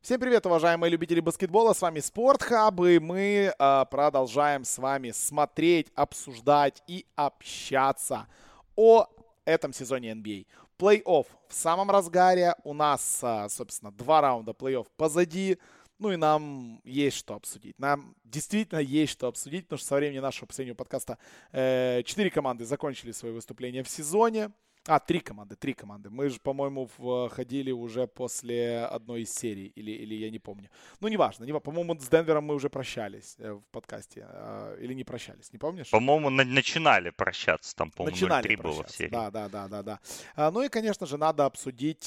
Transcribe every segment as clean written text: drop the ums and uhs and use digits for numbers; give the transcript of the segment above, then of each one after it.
Всем привет, уважаемые любители баскетбола, с вами Спортхаб, и мы продолжаем с вами смотреть, обсуждать и общаться о этом сезоне NBA. Плей-офф в самом разгаре, у нас, собственно, 2 раунда плей-офф позади, ну и нам есть что обсудить. Нам действительно есть что обсудить, потому что со времени нашего последнего подкаста 4 команды закончили свои выступления в сезоне. 3 команды. Мы же, по-моему, входили уже после одной из серий, или я не помню. Ну, неважно. По-моему, с Денвером мы уже прощались в подкасте. Или не прощались, не помнишь? По-моему, начинали прощаться. Там, по-моему, 0-3 было в серии. Да. Ну и, конечно же, надо обсудить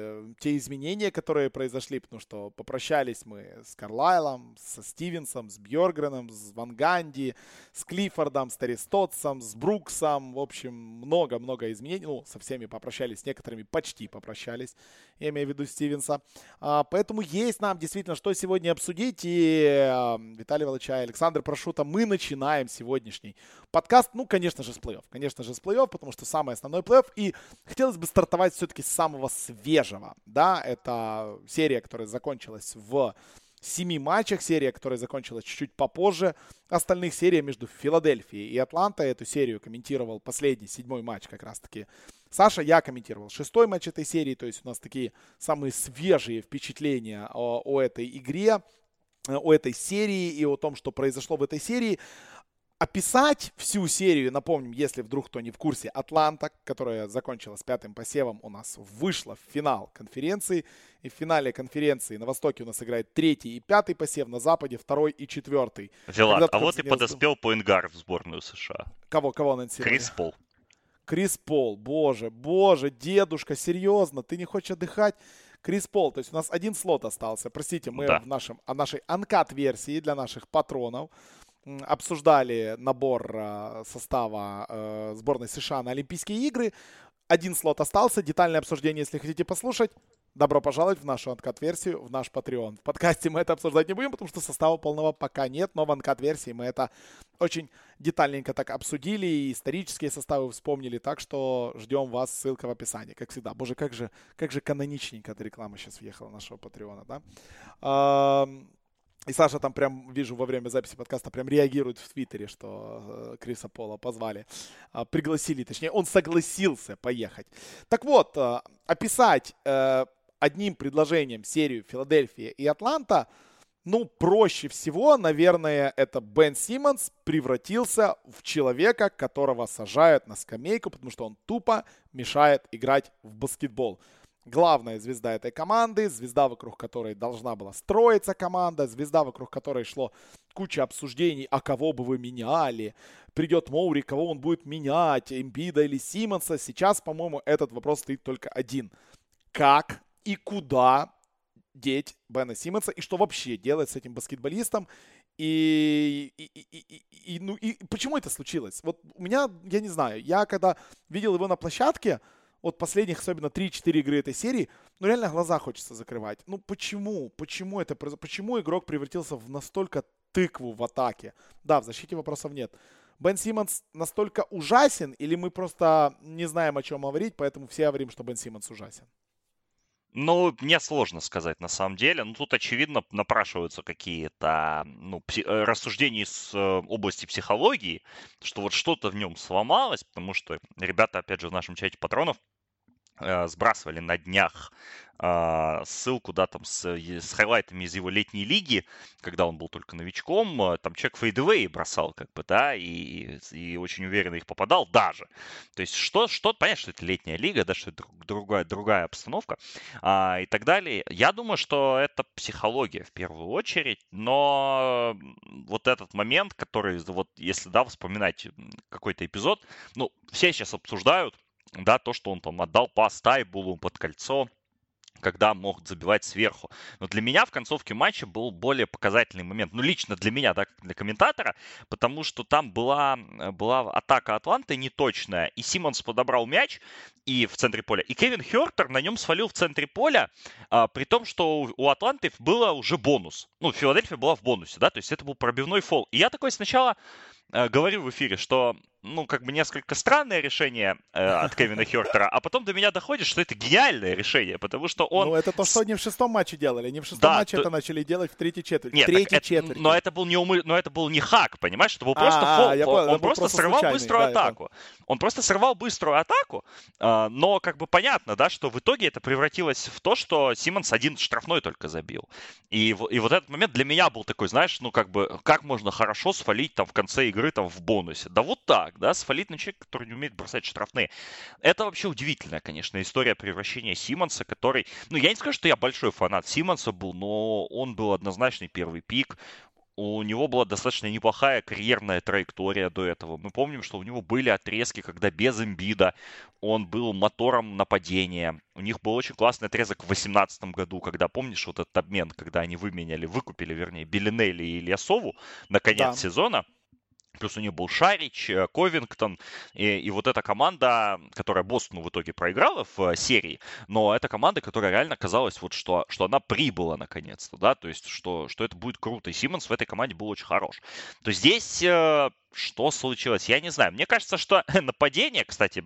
те изменения, которые произошли, потому что попрощались мы с Карлайлом, со Стивенсом, с Бьоргреном, с Ван Ганди, с Клиффордом, с Таристотсом, с Бруксом. В общем, много изменений. Ну, со всеми попрощались, с некоторыми почти попрощались, я имею в виду Стивенса. Поэтому есть нам действительно что сегодня обсудить. И Виталий Волочай, Александр Прошута, мы начинаем сегодняшний подкаст. Ну, конечно же, с плей-офф, потому что самый основной плей-офф. И хотелось бы стартовать все-таки с самого свежего. Да, это серия, которая закончилась в 7 матчах, серия, которая закончилась чуть-чуть попозже остальных. Серия между Филадельфией и Атлантой. Эту серию комментировал последний, 7-й матч как раз-таки Саша. Я комментировал 6-й матч этой серии. То есть у нас такие самые свежие впечатления о этой игре, о этой серии и о том, что произошло в этой серии. Описать всю серию, напомним, если вдруг кто не в курсе, Атланта, которая закончилась 5-м посевом, у нас вышла в финал конференции. И в финале конференции на Востоке у нас играет 3-й и 5-й посев, на Западе 2-й и 4-й. Вилат, а вот и подоспел поинтгард в сборную США. Кого анонсировали? Крис Пол, боже, дедушка, серьезно, ты не хочешь отдыхать? Крис Пол, то есть у нас один слот остался. Простите, мы в нашей анкат-версии для наших патронов обсуждали набор состава сборной США на Олимпийские игры. Один слот остался. Детальное обсуждение, если хотите послушать, добро пожаловать в нашу анкат-версию, в наш Patreon. В подкасте мы это обсуждать не будем, потому что состава полного пока нет, но в анкат-версии мы это очень детальненько так обсудили, и исторические составы вспомнили, так что ждем вас, ссылка в описании, как всегда. Боже, как же каноничненько эта реклама сейчас въехала нашего Патреона, да? И Саша там прям, вижу, во время записи подкаста прям реагирует в Твиттере, что Криса Пола позвали, пригласили, точнее, он согласился поехать. Так вот, описать одним предложением серию Филадельфия и Атланта, ну, проще всего, наверное, это Бен Симмонс превратился в человека, которого сажают на скамейку, потому что он тупо мешает играть в баскетбол. Главная звезда этой команды, звезда, вокруг которой должна была строиться команда, звезда, вокруг которой шло куча обсуждений, а кого бы вы меняли, придет Моури, кого он будет менять, Эмбида или Симмонса. Сейчас, по-моему, этот вопрос стоит только один. Как и куда деть Бена Симмонса, и что вообще делать с этим баскетболистом, и почему это случилось? Вот у меня, я не знаю, я когда видел его на площадке, от последних, особенно 3-4 игры этой серии, ну реально глаза хочется закрывать. Ну почему? Почему игрок превратился в настолько тыкву в атаке? Да, в защите вопросов нет. Бен Симмонс настолько ужасен, или мы просто не знаем, о чем говорить, поэтому все говорим, что Бен Симмонс ужасен? Ну, мне сложно сказать на самом деле. Ну, тут, очевидно, напрашиваются какие-то рассуждения из области психологии, что вот что-то в нем сломалось, потому что ребята, опять же, в нашем чате патронов сбрасывали на днях ссылку, да, там с хайлайтами из его летней лиги, когда он был только новичком, там человек фейдевей бросал, как бы, да, и очень уверенно их попадал даже. То есть понятно, что это летняя лига, да, что это другая обстановка и так далее. Я думаю, что это психология в первую очередь, но вот этот момент, который, вот если, да, вспоминать какой-то эпизод, ну, все сейчас обсуждают, да, то, что он там отдал пас Тайбулу под кольцо, когда мог забивать сверху. Но для меня в концовке матча был более показательный момент. Ну, лично для меня, да, для комментатора, потому что там была атака Атланты неточная, и Симмонс подобрал мяч и в центре поля, и Кевин Хёртер на нем свалил в центре поля, при том, что у Атланты было уже бонус. Ну, Филадельфия была в бонусе, да, то есть это был пробивной фол. И я такой сначала говорю в эфире, что как бы несколько странное решение от Кевина Хёртера, а потом до меня доходит, что это гениальное решение, потому что он... Ну, это то, что они в 6-м матче делали. Они в 6-м матче это начали делать в 3-й четверти. Нет, четверти. Но это был не хак, понимаешь? Это был просто фол. Он просто срывал быструю атаку. Он просто срывал быструю атаку, но как бы понятно, да, что в итоге это превратилось в то, что Симмонс один штрафной только забил. И вот этот момент для меня был такой, знаешь, как бы, как можно хорошо сфалить там в конце игры там в бонусе. Да вот так, да, сфалить на человека, который не умеет бросать штрафные. Это вообще удивительная, конечно, история превращения Симмонса, который... я не скажу, что я большой фанат Симмонса был, но он был однозначный первый пик. У него была достаточно неплохая карьерная траектория до этого. Мы помним, что у него были отрезки, когда без Эмбида он был мотором нападения. У них был очень классный отрезок в 2018 году, когда, помнишь, вот этот обмен, когда они выкупили, вернее, Беллинелли и Ильясову на конец сезона. Плюс у них был Шарич, Ковингтон и вот эта команда, которая Бостону в итоге проиграла в серии, но это команда, которая реально казалась, вот что она прибыла наконец-то, да, то есть что это будет круто. И Симмонс в этой команде был очень хорош. То есть здесь... Что случилось? Я не знаю. Мне кажется, что нападение, кстати,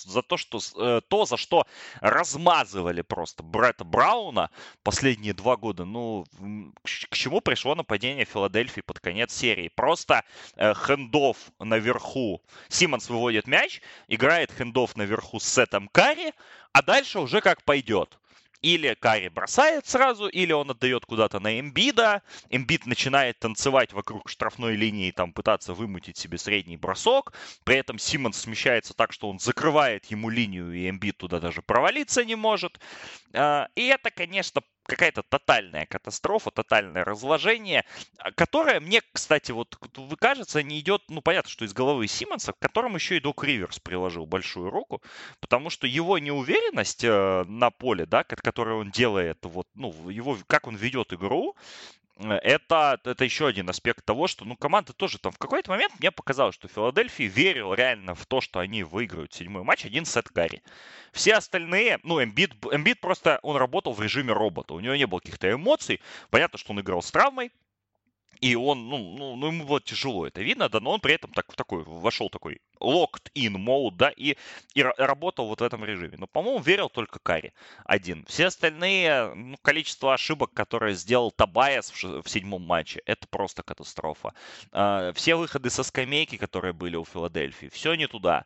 за что размазывали просто Бретта Брауна последние 2 года, к чему пришло нападение Филадельфии под конец серии? Просто хендофф наверху. Симмонс выводит мяч, играет хендофф наверху с Сетом Карри, а дальше уже как пойдет. Или Карри бросает сразу, или он отдает куда-то на Эмбида. Эмбид начинает танцевать вокруг штрафной линии, там пытаться вымутить себе средний бросок. При этом Симмонс смещается так, что он закрывает ему линию, и Эмбид туда даже провалиться не может. И это, конечно, какая-то тотальная катастрофа, тотальное разложение, которое мне, кстати, вот кажется, не идет, понятно, что из головы Симмонса, к которому еще и Док Риверс приложил большую руку, потому что его неуверенность на поле, да, которую он делает, его, как он ведет игру, это еще один аспект того, что команда тоже там в какой-то момент мне показалось, что Филадельфия верил реально в то, что они выиграют 7-й матч, один Сет Карри. Все остальные, Эмбид просто, он работал в режиме робота, у него не было каких-то эмоций, понятно, что он играл с травмой, и он, ему было тяжело, это видно, да, но он при этом вошел такой locked-in mode, да, и работал вот в этом режиме. Но, по-моему, верил только Карри один. Все остальные, количество ошибок, которые сделал Тобайас в 7-м матче, это просто катастрофа. Все выходы со скамейки, которые были у Филадельфии, все не туда.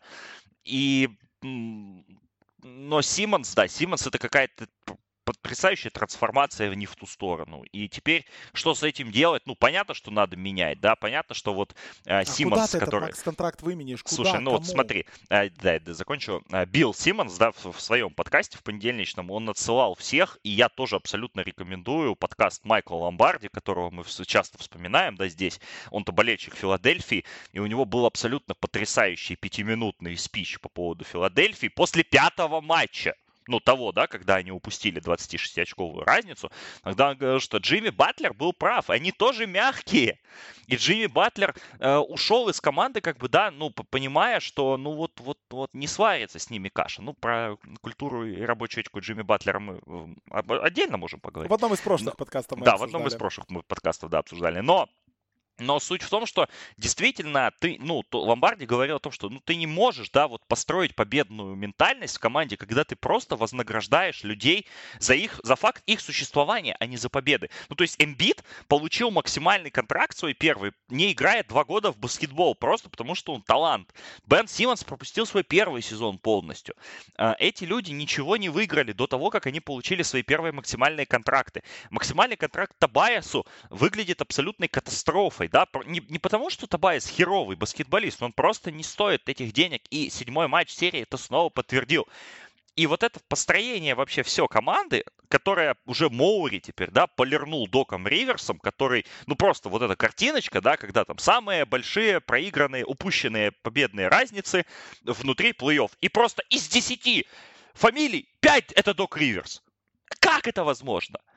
Но Симмонс это какая-то потрясающая трансформация не в ту сторону. И теперь, что с этим делать? Понятно, что надо менять, да, понятно, что вот Симмонс, куда который... макс-контракт выменишь? Куда? Слушай, вот смотри, закончу. Билл Симмонс, да, в своем подкасте в понедельничном, он отсылал всех, и я тоже абсолютно рекомендую подкаст Майкла Ломбарди, которого мы часто вспоминаем, да, здесь. Он-то болельщик Филадельфии, и у него был абсолютно потрясающий 5-минутный спич по поводу Филадельфии после 5-го матча. Того, да, когда они упустили 26-очковую разницу, когда он говорил, что Джимми Батлер был прав, они тоже мягкие. И Джимми Батлер ушел из команды, понимая, что, не сварится с ними каша. Про культуру и рабочую этику Джимми Батлера мы отдельно можем поговорить. В одном из прошлых подкастов мы обсуждали. Да, в одном из прошлых подкастов, обсуждали. Но суть в том, что действительно Ломбарди говорил о том, что ты не можешь, да, построить победную ментальность в команде, когда ты просто вознаграждаешь людей за факт их существования, а не за победы. То есть Эмбид получил максимальный контракт свой первый, не играя 2 года в баскетбол, просто потому что он талант. Бен Симмонс пропустил свой первый сезон полностью. Эти люди ничего не выиграли до того, как они получили свои первые максимальные контракты. Максимальный контракт Тобайасу выглядит абсолютной катастрофой. Да, не потому, что Тобайас херовый баскетболист, он просто не стоит этих денег, и 7-й матч серии это снова подтвердил. И вот это построение вообще все команды, которая уже Моури теперь, да, полирнул Доком Риверсом, который, просто вот эта картиночка, да, когда там самые большие проигранные, упущенные победные разницы внутри плей-офф. И просто из 10 фамилий 5 это Док Риверс. Как это возможно?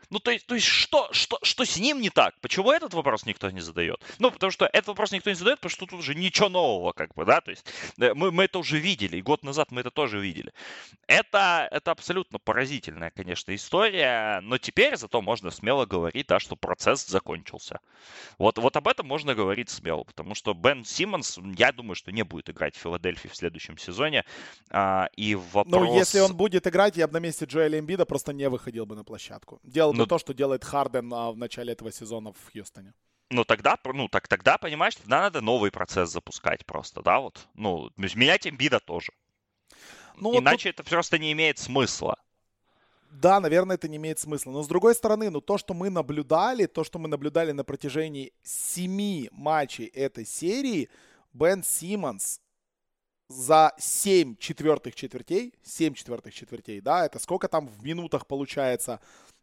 Ну, то есть что с ним не так? Почему этот вопрос никто не задает? Ну, потому что этот вопрос никто не задает, потому что тут уже ничего нового, как бы, да, то есть мы это уже видели, и год назад мы это тоже видели. Это абсолютно поразительная, конечно, история, но теперь зато можно смело говорить, да, что процесс закончился. Вот об этом можно говорить смело, потому что Бен Симмонс, я думаю, что не будет играть в Филадельфии в следующем сезоне. И вопрос... Ну, если он будет играть, я бы на месте Джоэля Эмбида просто не выходил бы на площадку. Делал бы то, что делает Харден в начале этого сезона в Хьюстоне. Тогда, понимаешь, надо новый процесс запускать просто, да, вот. Ну, менять Эмбида тоже. Иначе это просто не имеет смысла. Да, наверное, это не имеет смысла. Но с другой стороны, то, что мы наблюдали на протяжении 7 матчей этой серии, Бен Симмонс за 7 четвертых четвертей, да, это сколько там в минутах получается?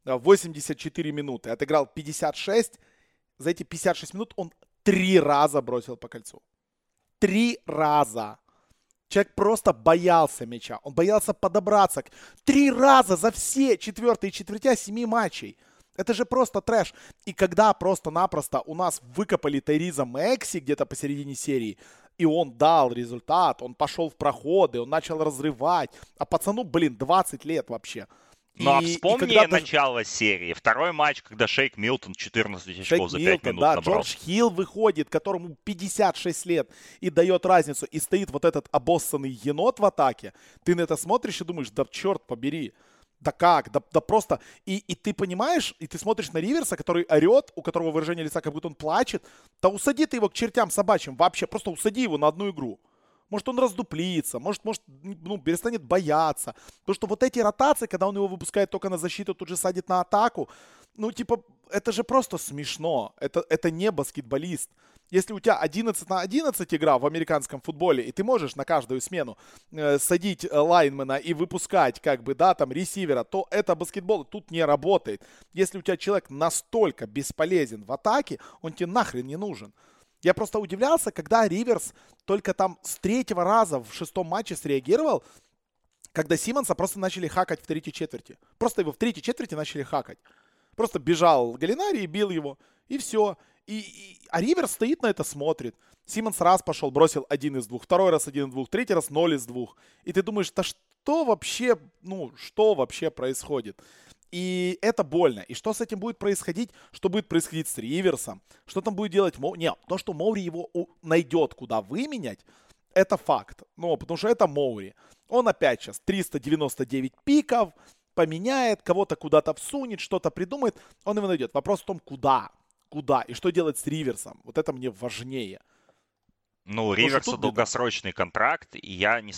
84 минуты. Отыграл 56. За эти 56 минут он 3 раза бросил по кольцу. 3 раза. Человек просто боялся мяча. Он боялся подобраться. 3 раза за все четвертые четвертя 7 матчей. Это же просто трэш. И когда просто-напросто у нас выкопали Тайриза Мэкси где-то посередине серии, и он дал результат, он пошел в проходы, он начал разрывать. А пацану, 20 лет вообще. Ну, а вспомни начало серии. Второй матч, когда Шейк Милтон 14 очков за 5 минут набрал. Джордж Хилл выходит, которому 56 лет, и дает разницу. И стоит вот этот обоссанный енот в атаке. Ты на это смотришь и думаешь, да черт побери. Да как? Да просто... И ты понимаешь, и ты смотришь на Риверса, который орет, у которого выражение лица, как будто он плачет. Да усади ты его к чертям собачьим вообще. Просто усади его на одну игру. Может, он раздуплится, может, перестанет бояться. Потому что вот эти ротации, когда он его выпускает только на защиту, тут же садит на атаку, это же просто смешно. Это не баскетболист. Если у тебя 11 на 11 игра в американском футболе, и ты можешь на каждую смену садить лайнмена и выпускать, ресивера, то это баскетбол тут не работает. Если у тебя человек настолько бесполезен в атаке, он тебе нахрен не нужен. Я просто удивлялся, когда Риверс только там с 3-го раза в 6-м матче среагировал, когда Симмонса просто начали хакать в 3-й четверти. Просто его в 3-й четверти начали хакать. Просто бежал Галлинари и бил его. И все. А Риверс стоит на это, смотрит. Симмонс раз пошел, бросил 1 из 2. Второй раз 1 из 2. Третий раз 0 из 2. И ты думаешь, да что вообще происходит? И это больно. И что с этим будет происходить? Что будет происходить с Риверсом? Что там будет делать Моури? Нет, то, что Моури его найдет, куда выменять, это факт. Потому что это Моури. Он опять сейчас 399 пиков, поменяет, кого-то куда-то всунет, что-то придумает. Он его найдет. Вопрос в том, куда? Куда? И что делать с Риверсом? Вот это мне важнее. Ну, Риверса долгосрочный контракт, и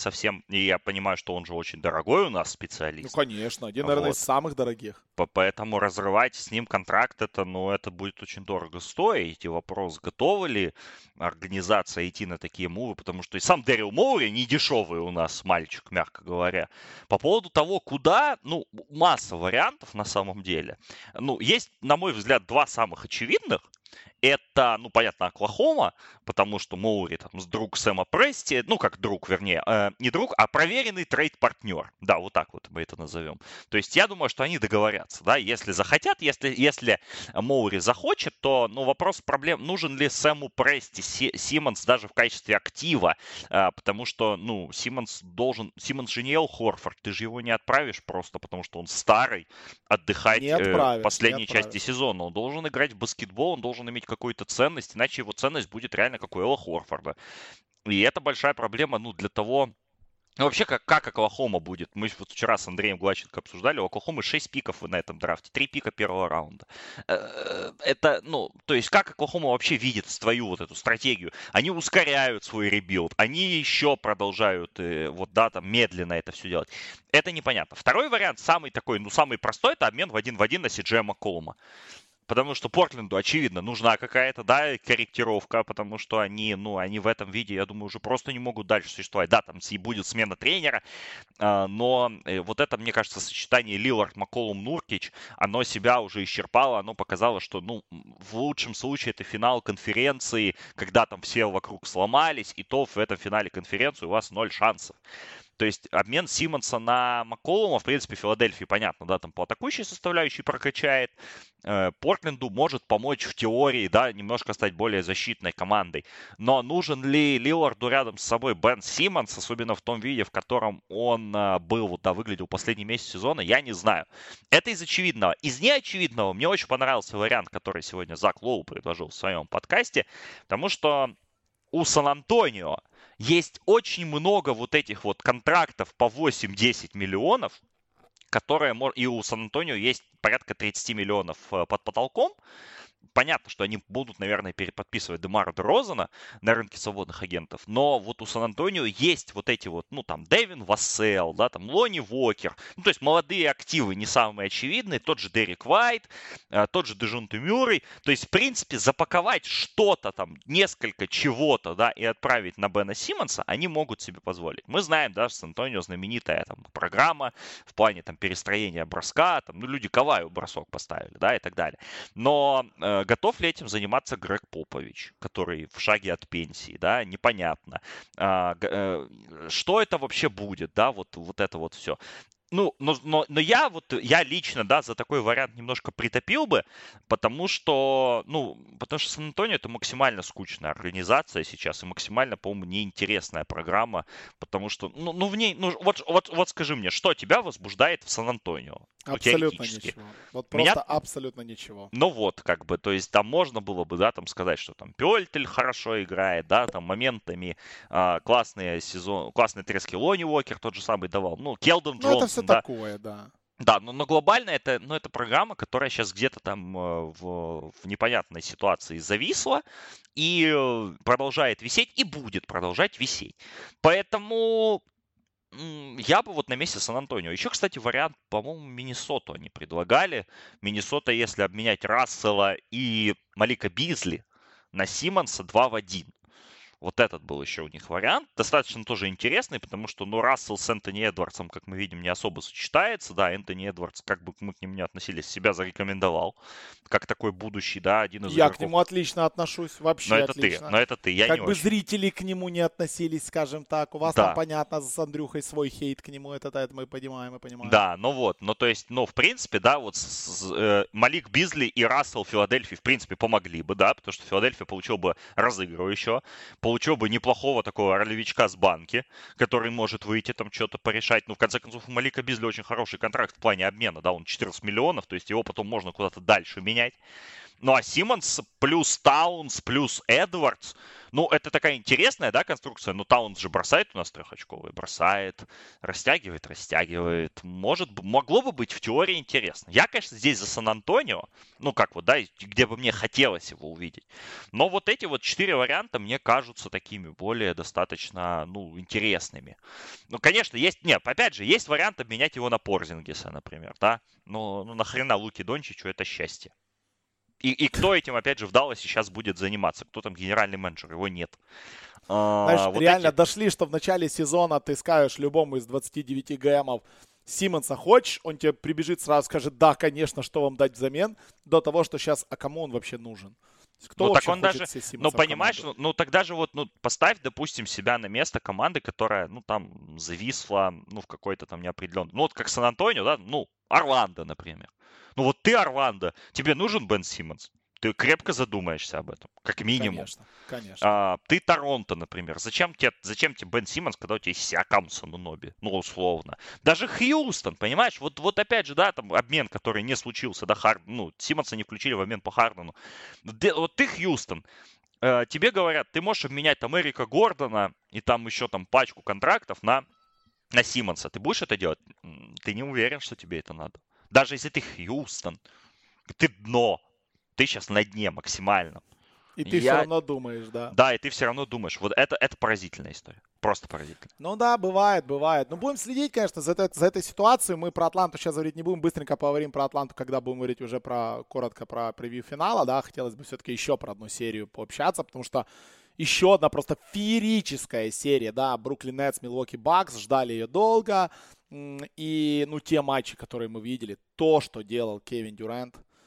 я понимаю, что он же очень дорогой у нас специалист. Ну, конечно, один, наверное, из самых дорогих. Поэтому разрывать с ним контракт, это будет очень дорого стоить. И вопрос, готова ли организация идти на такие мувы, потому что и сам Дэрил Моури не дешевый у нас мальчик, мягко говоря. По поводу того, куда, масса вариантов на самом деле. Есть, на мой взгляд, два самых очевидных. Это, понятно, Оклахома, потому что Моури там друг Сэма Прести, как друг, вернее, не друг, а проверенный трейд-партнер. Да, вот так вот мы это назовем. То есть я думаю, что они договорятся, да, если захотят, если Моури захочет, то, вопрос проблем, нужен ли Сэму Прести Симмонс даже в качестве актива, потому что, Симмонс же не Эл Хорфорд, ты же его не отправишь просто, потому что он старый, отдыхать в последней части сезона. Он должен играть в баскетбол, он должен иметь какую-то ценность, иначе его ценность будет реально как у Элла Хорфорда. И это большая проблема, для того... вообще, как Оклахома будет? Мы вот вчера с Андреем Глаченко обсуждали, у Оклахомы 6 пиков на этом драфте, 3 пика первого раунда. Это, то есть, как Оклахома вообще видит твою вот эту стратегию? Они ускоряют свой ребилд, они еще продолжают, медленно это все делать. Это непонятно. Второй вариант, самый такой, самый простой, это обмен в 1-1 на Си-Джея Макколума. Потому что Портленду, очевидно, нужна какая-то, корректировка, потому что они в этом виде, я думаю, уже просто не могут дальше существовать. Да, там будет смена тренера, но вот это, мне кажется, сочетание Лиллард, Макколум, Нуркич, оно себя уже исчерпало, оно показало, что, в лучшем случае это финал конференции, когда там все вокруг сломались, и то в этом финале конференции у вас 0 шансов. То есть обмен Симмонса на Макколума, в принципе, Филадельфии, понятно, да, там по атакующей составляющей прокачает. Портленду может помочь в теории, да, немножко стать более защитной командой. Но нужен ли Лилларду рядом с собой Бен Симмонс, особенно в том виде, в котором он был, да, выглядел последний месяц сезона, я не знаю. Это из очевидного. Из неочевидного мне очень понравился вариант, который сегодня Зак Лоу предложил в своем подкасте, потому что у Сан-Антонио есть очень много вот этих вот контрактов по 8-10 миллионов, которые... И у Сан-Антонио есть порядка 30 миллионов под потолком. Понятно, что они будут, наверное, переподписывать Демара Дерозана на рынке свободных агентов, но вот у Сан-Антонио есть вот эти вот, ну, там, Дэвин Вассел, да, там, Лони Уокер, ну, то есть молодые активы не самые очевидные, тот же Дерек Уайт, тот же Дежонте Мюррей, то есть, в принципе, запаковать что-то там, несколько чего-то, да, и отправить на Бена Симмонса они могут себе позволить. Мы знаем, да, что Сан-Антонио знаменитая там программа в плане там перестроения броска, там, ну, люди Каваю бросок поставили, да, и так далее. Но готов ли этим заниматься Грег Попович, который в шаге от пенсии, да, непонятно. Что это вообще будет, да, вот это вот все. Ну, но я лично, да, за такой вариант немножко притопил бы, потому что Сан-Антонио это максимально скучная организация сейчас и максимально, по-моему, неинтересная программа, потому что, в ней, вот скажи мне, что тебя возбуждает в Сан-Антонио? Абсолютно ничего. Вот просто абсолютно ничего. Ну вот, как бы, то есть там можно было бы, да, там сказать, что там Пёльтель хорошо играет, да, там моментами классные трески Лони Уокер тот же самый давал. Ну, Келден Джонсон, это все да. такое, да. Да, но глобально это программа, которая сейчас где-то там в непонятной ситуации зависла и продолжает висеть и будет продолжать висеть. Поэтому я бы вот на месте Сан-Антонио. Еще, кстати, вариант, по-моему, Миннесоту они предлагали. Миннесота, если обменять Рассела и Малика Бизли на Симмонса 2 в 1. Вот этот был еще у них вариант. Достаточно тоже интересный, потому что, Рассел с Энтони Эдвардсом, как мы видим, не особо сочетается. Да, Энтони Эдвардс, как бы мы к нему не относились, себя зарекомендовал. Как такой будущий, да, один из игроков. Я к нему отлично отношусь, вообще отлично. Но это ты, я как не бы очень. Зрители к нему не относились, скажем так. У вас там, понятно, с Андрюхой свой хейт к нему, это мы понимаем. Да, в принципе, да, вот Малик Бизли и Рассел Филадельфии, в принципе, помогли бы, да, потому что Филадельфия получил бы разыгрывающего, получил бы неплохого такого ролевичка с банки, который может выйти там что-то порешать. Ну, в конце концов, у Малика Бизли очень хороший контракт в плане обмена, да, он 14 миллионов, то есть его потом можно куда-то дальше менять. Ну, а Симмонс плюс Таунс плюс Эдвардс, это такая интересная, да, конструкция. Но Таунс же бросает у нас трехочковый, бросает, растягивает. Могло бы быть в теории интересно. Я, конечно, здесь за Сан-Антонио, где бы мне хотелось его увидеть. Но вот эти вот 4 варианта мне кажутся такими более достаточно, интересными. Ну, конечно, опять же, есть вариант обменять его на Порзингиса, например, да. Но нахрена Луки Дончичу это счастье? И кто этим, опять же, в Далласе сейчас будет заниматься? Кто там генеральный менеджер? Его нет. Знаешь, реально дошли, что в начале сезона ты скажешь любому из 29 ГМов: Симмонса хочешь? Он тебе прибежит сразу, скажет: да, конечно, что вам дать взамен? До того, что сейчас, а кому он вообще нужен? Кто вообще так он хочет даже, себе Симмонса понимаешь, тогда же поставь, допустим, себя на место команды, которая, там, зависла, в какой-то там неопределенный. Вот как Сан-Антонио, да, Орландо, например. Вот ты Орландо, тебе нужен Бен Симмонс? Ты крепко задумаешься об этом, как минимум. Конечно. Ты Торонто, например. Зачем тебе Бен Симмонс, когда у тебя есть Сиакам Сануноби? Условно. Даже Хьюстон, понимаешь? Вот опять же, да, там обмен, который не случился, да, Симмонса не включили в обмен по Хардену. Вот ты Хьюстон. Тебе говорят, ты можешь обменять там Эрика Гордона и там еще там пачку контрактов на Симмонса. Ты будешь это делать? Ты не уверен, что тебе это надо. Даже если ты Хьюстон, ты дно. Ты сейчас на дне максимально. И ты все равно думаешь, да? Да, и ты все равно думаешь. Вот это поразительная история. Просто поразительно. Да, бывает. Будем следить, конечно, за этой ситуацией. Мы про Атланту сейчас говорить не будем. Быстренько поговорим про Атланту, когда будем говорить уже коротко про превью финала, да. Хотелось бы все-таки еще про одну серию пообщаться, потому что еще одна просто феерическая серия, да. Бруклин Нетс, Милуоки Бакс, ждали ее долго. И, те матчи, которые мы видели, то, что делал Кевин Дюрант,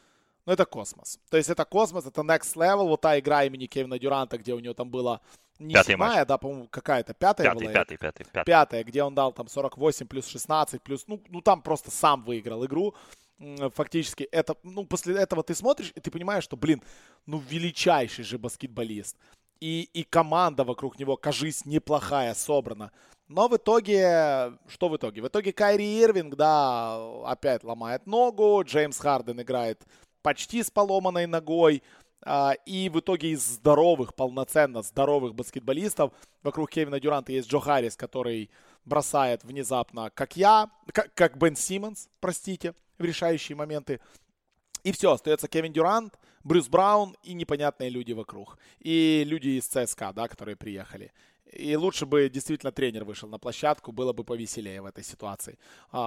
ну, это космос. То есть это космос, это next level. Вот та игра имени Кевина Дюранта, где у него там было не Пятый седьмая, матч. да, по-моему, какая-то пятая была. Пятая, где он дал там 48 плюс 16 плюс, ну там просто сам выиграл игру. Фактически это, ну, после этого ты смотришь, и ты понимаешь, что, блин, ну, величайший же баскетболист. И команда вокруг него, кажись, неплохая, собрана. Но в итоге, что в итоге? В итоге Кайри Ирвинг, да, опять ломает ногу, Джеймс Харден играет почти с поломанной ногой. И в итоге из здоровых, полноценно здоровых баскетболистов вокруг Кевина Дюранта есть Джо Харрис, который бросает внезапно, как Бен Симмонс, простите, в решающие моменты. И все, остается Кевин Дюрант, Брюс Браун и непонятные люди вокруг. И люди из ЦСКА, да, которые приехали. И лучше бы действительно тренер вышел на площадку, было бы повеселее в этой ситуации.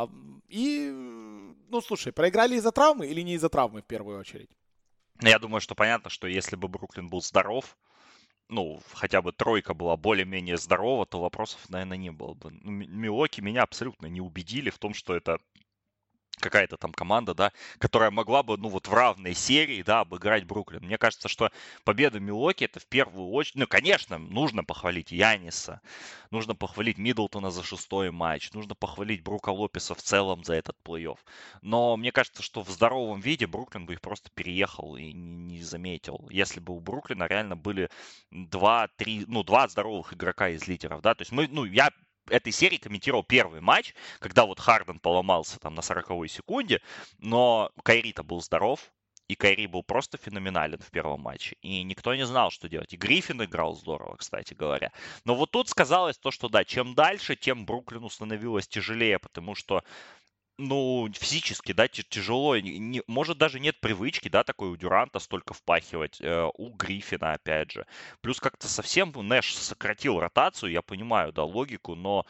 Ну, слушай, проиграли из-за травмы или не из-за травмы в первую очередь? Я думаю, что понятно, что если бы Бруклин был здоров, ну, хотя бы тройка была более-менее здорова, то вопросов, наверное, не было бы. Милуоки меня абсолютно не убедили в том, что это какая-то там команда, да, которая могла бы, ну, вот в равной серии, да, обыграть Бруклин. Мне кажется, что победа Милуоки это в первую очередь, ну, конечно, нужно похвалить Яниса, нужно похвалить Миддлтона за 6-й матч, нужно похвалить Брука Лопеса в целом за этот плей-офф. Но мне кажется, что в здоровом виде Бруклин бы их просто переехал и не заметил. Если бы у Бруклина реально были 2 здоровых игрока из лидеров, да, то есть я этой серии комментировал первый матч, когда вот Харден поломался там на 40-й секунде, но Кайри-то был здоров, и Кайри был просто феноменален в первом матче. И никто не знал, что делать. И Гриффин играл здорово, кстати говоря. Но вот тут сказалось то, что да, чем дальше, тем Бруклину становилось тяжелее, потому что ну, физически, да, тяжело. Может, даже нет привычки, да, такой у Дюранта столько впахивать, у Гриффина, опять же. Плюс как-то совсем Нэш сократил ротацию, я понимаю, да, логику, но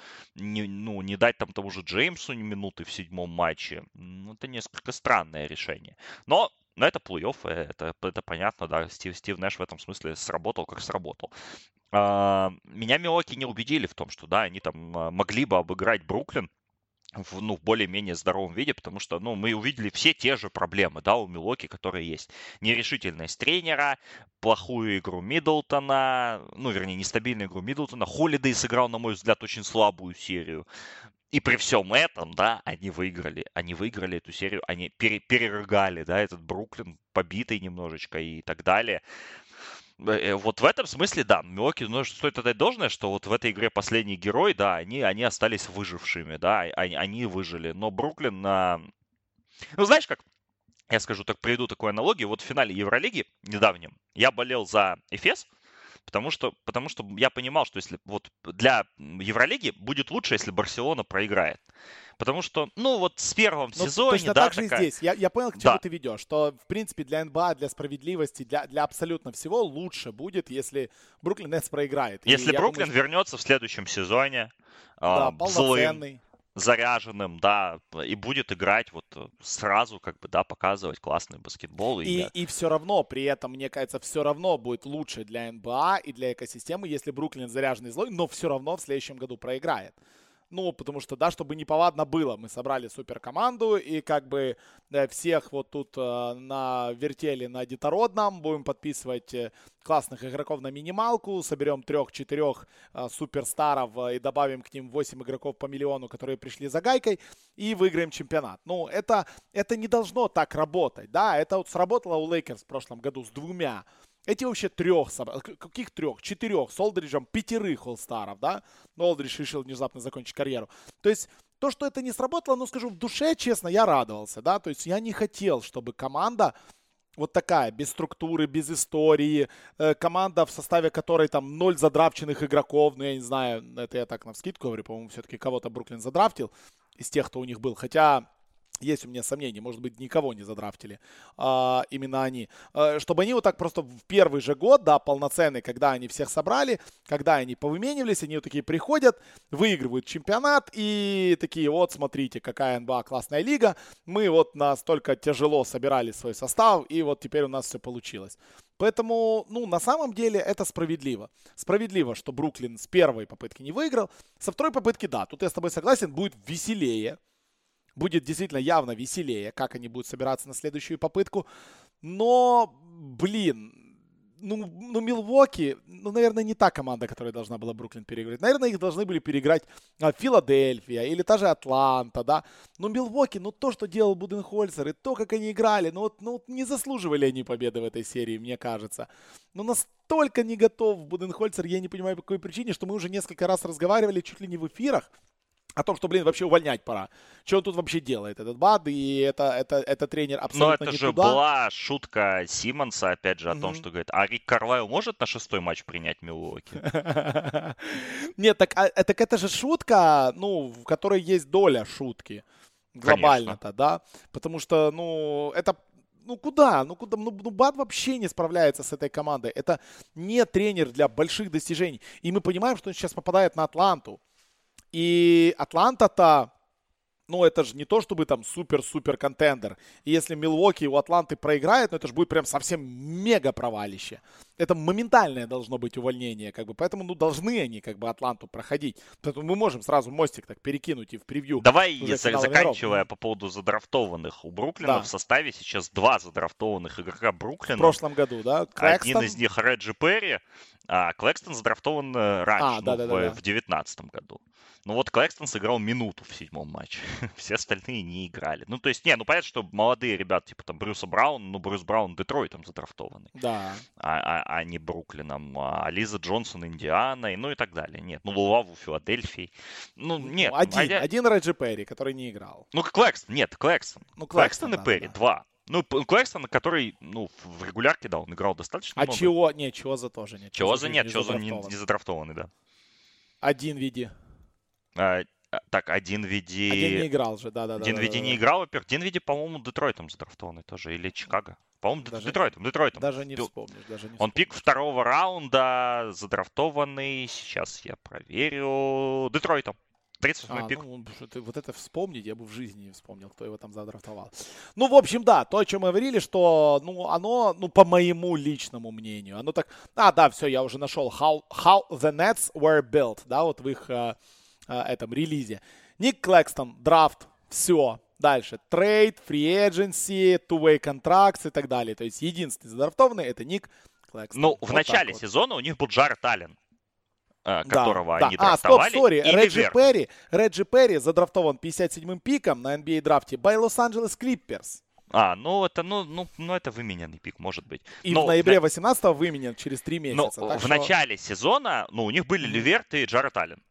не дать там тому же Джеймсу ни минуты в 7-м матче, это несколько странное решение. Но это плей-офф, это понятно, да, Стив Нэш в этом смысле сработал, как сработал. Меня Милуоки не убедили в том, что, да, они там могли бы обыграть Бруклин, в более-менее здоровом виде, потому что, мы увидели все те же проблемы, да, у Милуоки, которые есть. Нерешительность тренера, плохую игру Миддлтона, вернее, нестабильную игру Миддлтона. Холидей сыграл, на мой взгляд, очень слабую серию. И при всем этом, да, они выиграли эту серию, они перерыгали, да, этот Бруклин, побитый немножечко и так далее. Вот в этом смысле, да, Милуоки, стоит отдать должное, что вот в этой игре последний герой, да, они остались выжившими, да, они выжили. Но Бруклин, знаешь как, я скажу, так приведу такую аналогию. Вот в финале Евролиги недавнем я болел за Эфес, потому что я понимал, что если вот для Евролиги будет лучше, если Барселона проиграет. Потому что, вот в первом сезоне, точно да, так же и здесь. Я понял, к чему ты ведешь. Что, в принципе, для НБА, для справедливости, для абсолютно всего лучше будет, если Бруклин Нетс проиграет. Если Бруклин вернется в следующем сезоне полноценный, заряженным, да, и будет играть вот сразу, как бы, да, показывать классный баскетбол. И все равно, при этом, мне кажется, все равно будет лучше для НБА и для экосистемы, если Бруклин заряженный злой, но все равно в следующем году проиграет. Потому что, да, чтобы неповадно было, мы собрали суперкоманду, и как бы всех вот тут навертели на детородном, будем подписывать классных игроков на минималку, соберем 3-4 суперстаров и добавим к ним 8 игроков по миллиону, которые пришли за гайкой, и выиграем чемпионат. Это не должно так работать, да, это вот сработало у Лейкерс в прошлом году с 2. Эти вообще 3 собрали. Каких 3? 4. С Олдриджем 5 All-Star'ов, да? Но Олдридж решил внезапно закончить карьеру. То есть, то, что это не сработало, скажу, в душе, честно, я радовался, да? То есть, я не хотел, чтобы команда вот такая, без структуры, без истории, команда, в составе которой там 0 задрафченных игроков, я не знаю, это я так навскидку говорю, по-моему, все-таки кого-то Бруклин задрафтил из тех, кто у них был, хотя... Есть у меня сомнения, может быть, никого не задрафтили, именно они. Чтобы они вот так просто в первый же год, да, полноценный, когда они всех собрали, когда они повыменивались, они вот такие приходят, выигрывают чемпионат и такие, вот, смотрите, какая НБА классная лига, мы вот настолько тяжело собирали свой состав, и вот теперь у нас все получилось. Поэтому, на самом деле это справедливо. Справедливо, что Бруклин с первой попытки не выиграл, со второй попытки, да, тут я с тобой согласен, будет веселее. Будет действительно явно веселее, как они будут собираться на следующую попытку. Но, блин, ну, Милуоки, наверное, не та команда, которая должна была Бруклин переиграть. Наверное, их должны были переиграть Филадельфия или та же Атланта, да. Но Милуоки, то, что делал Буденхольцер, и то, как они играли, не заслуживали они победы в этой серии, мне кажется. Настолько не готов Буденхольцер, я не понимаю, по какой причине, что мы уже несколько раз разговаривали чуть ли не в эфирах о том, что, вообще увольнять пора. Что он тут вообще делает, этот Бад, и это тренер абсолютно не туда. Но это же была шутка Симмонса, опять же, о том, что говорит, а Рик Карлайл может на 6-й матч принять Милуоки? Нет, так это же шутка, в которой есть доля шутки. Глобально-то, да? Потому что, это... куда? Бад вообще не справляется с этой командой. Это не тренер для больших достижений. И мы понимаем, что он сейчас попадает на Атланту. И Атланта-то, это же не то, чтобы там супер-супер контендер. И если Милуоки у Атланты проиграет, это же будет прям совсем мега провалище. Это моментальное должно быть увольнение, Поэтому, должны они, Атланту проходить. Поэтому мы можем сразу мостик так перекинуть и в превью. Давай, заканчивая по поводу задрафтованных. У Бруклина в составе сейчас 2 задрафтованных игрока Бруклина. В прошлом году, да? Клэкстон. Один из них Реджи Перри, а Клэкстон задрафтован раньше, в 2019 году. Клэкстон сыграл минуту в 7-м матче. Все остальные не играли. Понятно, что молодые ребята, типа там Брюса Брауна, Брюс Браун Детройтом задрафтованный. Да. А не Бруклином. А Лиза Джонсон Индианой, и так далее. Нет, Луваву Филадельфии. Нет. Один Реджи Перри, который не играл. Клэкстон. Нет, Клэкстон. Клэкстон и Перри, 2. Клэкстон, который, в регулярке, да, он играл достаточно много. Чиоза тоже нет. Чиоза нет, Чиоза не задрафтованный, да. Один виде. Один виде... Один не играл же, да. Один виде не играл, во-первых. Один виде, по-моему, Детройтом задрафтованный тоже, или Чикаго. По-моему, Детройтом. Даже не вспомнишь. Он пик 2-го раунда, задрафтованный, сейчас я проверю, Детройтом. 38-й пик. Вот это вспомнить, я бы в жизни не вспомнил, кто его там задрафтовал. В общем, да, то, о чем мы говорили, что, оно, по моему личному мнению, оно так... все, я уже нашел. How the Nets were built, да, вот в их этом релизе. Ник Клэкстон, драфт, все. Дальше. Трейд, free agency, two-way contracts и так далее. То есть единственный задрафтованный это Ник Клэкстон. В начале сезона у них был Джаред Аллен, которого они драфтовали. Реджи Перри задрафтован 57-м пиком на NBA драфте by Лос-Анджелес Клипперс. Это вымененный пик, может быть. И в ноябре 18-го выменен через 3 месяца. В начале сезона, у них были Леверт и Джаред Аллен.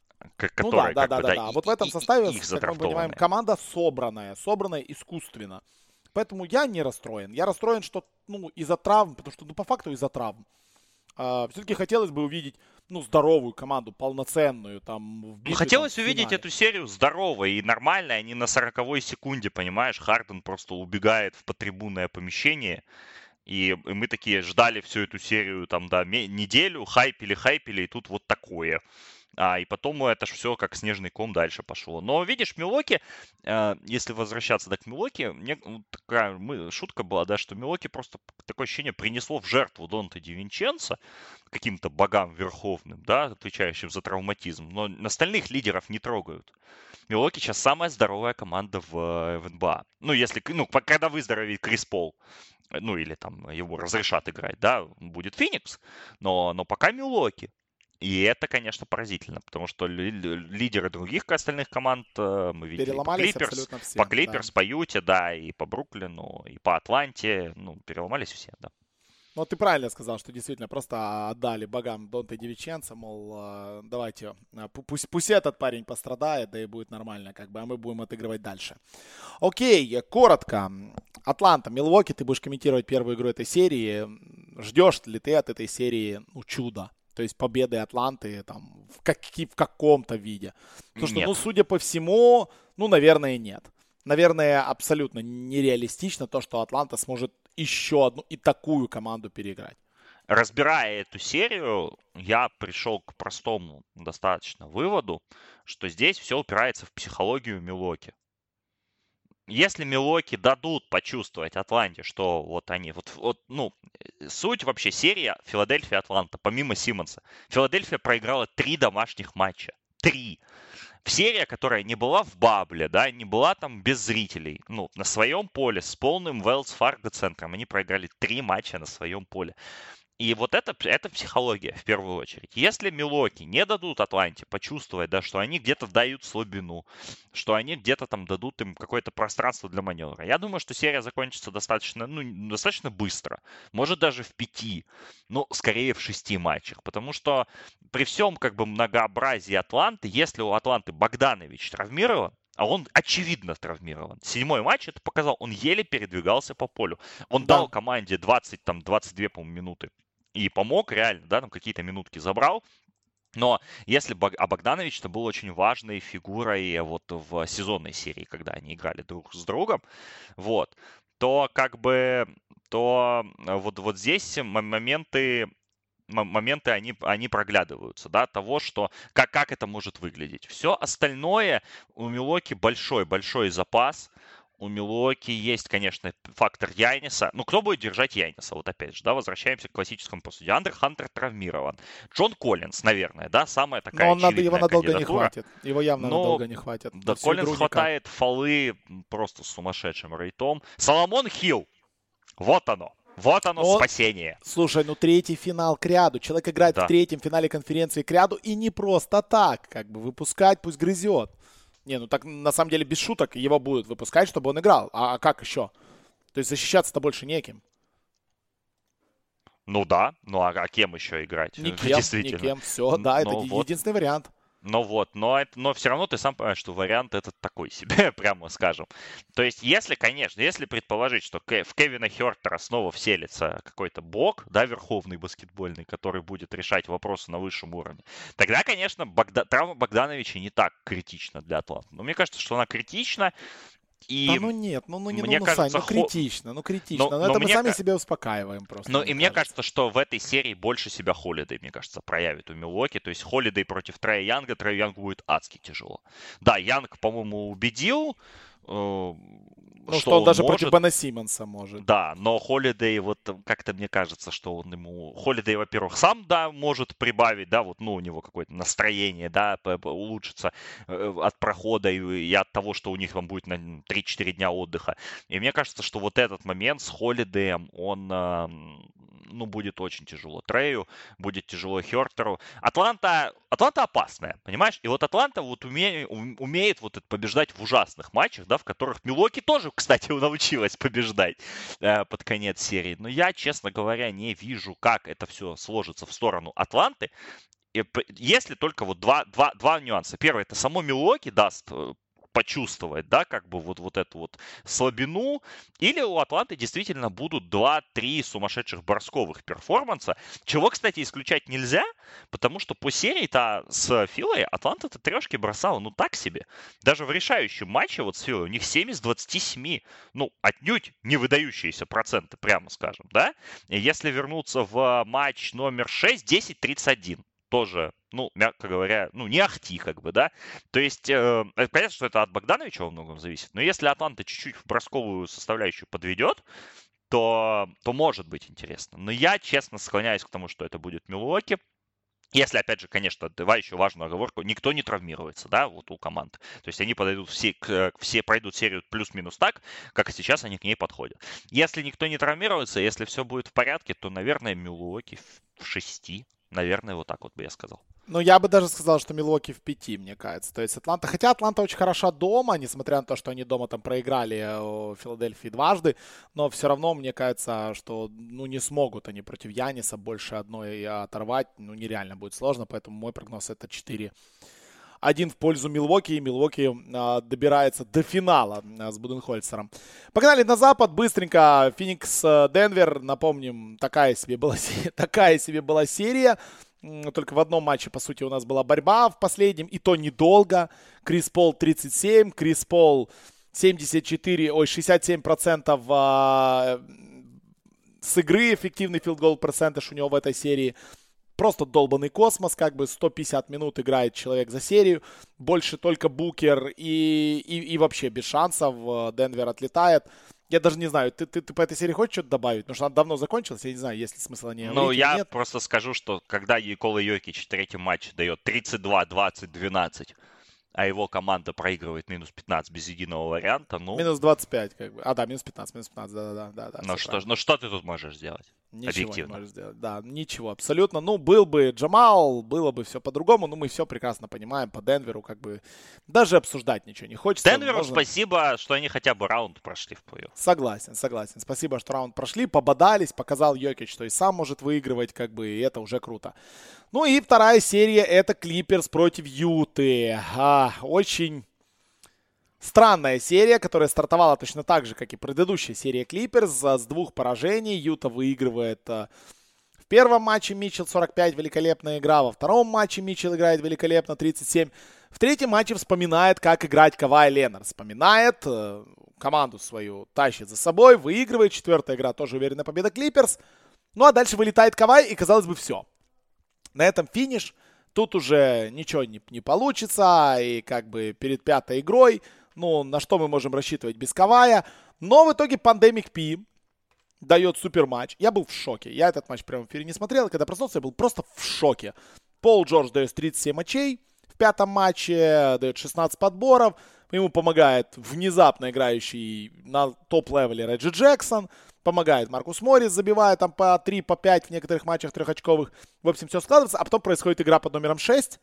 Да. Вот в этом составе, как мы понимаем, команда собранная искусственно. Поэтому я не расстроен. Я расстроен, что, из-за травм, потому что, по факту из-за травм. Все-таки хотелось бы увидеть, здоровую команду, полноценную, там. Хотелось увидеть эту серию здоровой и нормальной, а не на 40-й секунде, понимаешь? Харден просто убегает в подтрибунное помещение. И мы такие ждали всю эту серию, неделю, хайпили, и тут вот такое. И потом это ж все как снежный ком дальше пошло. Но видишь, Милуоки, если возвращаться к Милуоки, такая шутка была, да, что Милуоки просто такое ощущение принесло в жертву Донте Ди Винченцо каким-то богам верховным, да, отвечающим за травматизм. Но остальных лидеров не трогают. Милуоки сейчас самая здоровая команда в НБА. Когда выздоровеет Крис Пол, или там его разрешат играть, да, будет Феникс, но пока Милуоки. И это, конечно, поразительно, потому что лидеры других остальных команд мы видели по Клиперс, по Юте, да, и по Бруклину, и по Атланте, переломались все, да. Ты правильно сказал, что действительно просто отдали богам Донте Ди Винченцо, мол, давайте, пусть этот парень пострадает, да и будет нормально, а мы будем отыгрывать дальше. Окей, коротко. Атланта, Милуоки, ты будешь комментировать первую игру этой серии. Ждешь ли ты от этой серии, чуда? То есть победы Атланты в каком-то виде. Потому что, судя по всему, наверное, нет. Наверное, абсолютно нереалистично то, что Атланта сможет еще одну и такую команду переиграть. Разбирая эту серию, я пришел к простому достаточно выводу, что здесь все упирается в психологию Милуоки. Если Милуоки дадут почувствовать Атланте, что вот они, суть вообще серии Филадельфия-Атланта, помимо Симмонса. Филадельфия проиграла 3 домашних матча. 3. серия, которая не была в бабле, да, не была там без зрителей. Ну, на своем поле с полным Wells Fargo центром они проиграли 3 матча на своем поле. И вот это психология в первую очередь. Если Милуоки не дадут Атланте почувствовать, да, что они где-то дают слабину, что они где-то там дадут им какое-то пространство для маневра, я думаю, что серия закончится достаточно быстро. Может даже в 5, но скорее в 6 матчах. Потому что при всем как бы многообразии Атланты, если у Атланты Богданович травмирован, а он очевидно травмирован. 7-й матч это показал, он еле передвигался по полю. Он дал команде 22, по-моему, минуты. И помог реально, да, там какие-то минутки забрал. Но если Богданович-то был очень важной фигурой вот в сезонной серии, когда они играли друг с другом, вот, то как бы, то вот здесь моменты они проглядываются, да, того, что как это может выглядеть. Все остальное у Милуоки большой запас. У Милуоки есть, конечно, фактор Яниса. Ну, кто будет держать Яниса? Вот опять же, да, возвращаемся к классическому посуду. Деандре Хантер травмирован. Джон Коллинз, наверное, да, самая такая очевидная его надолго кандидатура. Не хватит. Его явно надолго не хватит. Да, Коллинз хватает фолы просто с сумасшедшим рейтом. Соломон Хилл. Вот оно. Вот оно, спасение. Слушай, 3-й финал к ряду. Человек играет в 3-м финале конференции к ряду, и не просто так. Как бы выпускать, пусть грызет. Не, так на самом деле без шуток его будут выпускать, чтобы он играл. А как еще? То есть защищаться-то больше неким. Ну да, а кем еще играть? Никем, все, да, это единственный вариант. Но все равно ты сам понимаешь, что вариант этот такой себе, прямо скажем. То есть, если предположить, что в Кевина Хёртера снова вселится какой-то бог, да, верховный баскетбольный, который будет решать вопросы на высшем уровне, тогда, конечно, травма Богдановича не так критична для Атланты. Но мне кажется, что она критична. И нет, кажется, критично. Но это мы сами себя успокаиваем просто. Мне кажется, что в этой серии больше себя Холидей, мне кажется, проявит у Милуоки. То есть Холидей против Трея Янга. Трею Янгу будет адски тяжело. Да, Янг, по-моему, убедил, что он даже против Бена Симмонса может. Да, но Холидей, вот как-то мне кажется, что он ему... Холидей, во-первых, сам, да, может прибавить, да, вот, у него какое-то настроение, да, улучшится от прохода и от того, что у них там будет на 3-4 дня отдыха. И мне кажется, что вот этот момент с Холидеем, он... будет очень тяжело Трею, будет тяжело Хёртеру. Атланта опасная, понимаешь? И вот Атланта вот умеет вот побеждать в ужасных матчах, да, в которых Милуоки тоже, кстати, научилась побеждать под конец серии. Но я, честно говоря, не вижу, как это все сложится в сторону Атланты. Если только вот два нюанса. Первый, это само Милуоки даст почувствовать, да, как бы вот эту вот слабину, или у Атланты действительно будут 2-3 сумасшедших борсковых перформанса, чего, кстати, исключать нельзя, потому что по серии-то с Филой Атланта-то трешки бросала, так себе. Даже в решающем матче вот с Филой у них 7 из 27, отнюдь не выдающиеся проценты, прямо скажем, да. И если вернуться в матч номер 6, 10-31. Тоже, мягко говоря, не ахти, как бы, да. То есть, понятно, что это от Богдановича во многом зависит, но если Атланта чуть-чуть в бросковую составляющую подведет, то может быть интересно. Но я, честно, склоняюсь к тому, что это будет Милуоки. Если, опять же, конечно, давай еще важную оговорку, никто не травмируется, да, вот у команд. То есть они подойдут все пройдут серию плюс-минус так, как и сейчас они к ней подходят. Если никто не травмируется, если все будет в порядке, то, наверное, Милуоки в 6. Наверное, вот так вот бы я сказал. Я бы даже сказал, что Милуоки в 5, мне кажется. То есть Атланта... Хотя Атланта очень хороша дома, несмотря на то, что они дома там проиграли у Филадельфии дважды. Но все равно, мне кажется, что не смогут они против Яниса больше одной оторвать. Нереально будет сложно, поэтому мой прогноз это 4. 1 в пользу Милуоки, и Милуоки добирается до финала с Буденхольцером. Погнали на запад быстренько. Феникс, Денвер, напомним, такая себе была серия. Только в одном матче, по сути, у нас была борьба в последнем, и то недолго. Крис Пол 37, Крис Пол 67% с игры, эффективный филд-гол процентаж у него в этой серии. Просто долбанный космос, как бы 150 минут играет человек за серию. Больше только Букер и вообще без шансов Денвер отлетает. Я даже не знаю, ты по этой серии хочешь что-то добавить? Потому что она давно закончилась, я не знаю, есть ли смысл о ней говорить. Я просто скажу, что когда Никола Йокич в третьем матче дает 32, 20, 12, а его команда проигрывает минус 15 без единого варианта, ну... Минус 25, как бы. Да, минус 15, да. Ну что ты тут можешь сделать? Ничего Объективно. не можешь сделать. Да, ничего, абсолютно. Ну, был бы Джамал, было бы все по-другому. Ну, мы все прекрасно понимаем. По Денверу как бы даже обсуждать ничего не хочется. Денверу спасибо, что они хотя бы раунд прошли в плей-офф. Согласен. Спасибо, что раунд прошли, пободались, показал Йокич, что и сам может выигрывать, как бы, и это уже круто. Ну и вторая серия — это Клиперс против Юты. Очень странная серия, которая стартовала точно так же, как и предыдущая серия Клиперс, с 2 поражений. Юта выигрывает в первом матче, Митчелл 45, великолепная игра. Во втором матче Митчелл играет великолепно, 37. В третьем матче вспоминает, как играть Кавай Ленард. Вспоминает, команду свою тащит за собой, выигрывает. Четвертая игра тоже уверенная победа Клиперс. Ну а дальше вылетает Кавай, и казалось бы все. На этом финиш. Тут уже ничего не получится. И как бы перед пятой игрой, ну, на что мы можем рассчитывать без Кавая. Но в итоге Pandemic P дает супер матч. Я был в шоке. Я этот матч прямо в эфире не смотрел. И когда проснулся, я был просто в шоке. Пол Джордж дает 37 очей в пятом матче, дает 16 подборов. Ему помогает внезапно играющий на топ-левеле Реджи Джексон. Помогает Маркус Моррис, забивая там по 3, по 5 в некоторых матчах трехочковых. В общем, все складывается. А потом происходит игра под номером 6.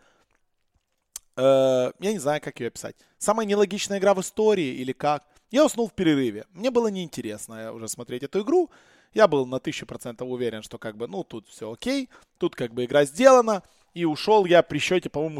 Я не знаю, как ее описать. Самая нелогичная игра в истории или как. Я уснул в перерыве. Мне было неинтересно уже смотреть эту игру. Я был на 1000% уверен, что как бы, ну, тут все окей. Тут как бы игра сделана. И ушел я при счете, по-моему,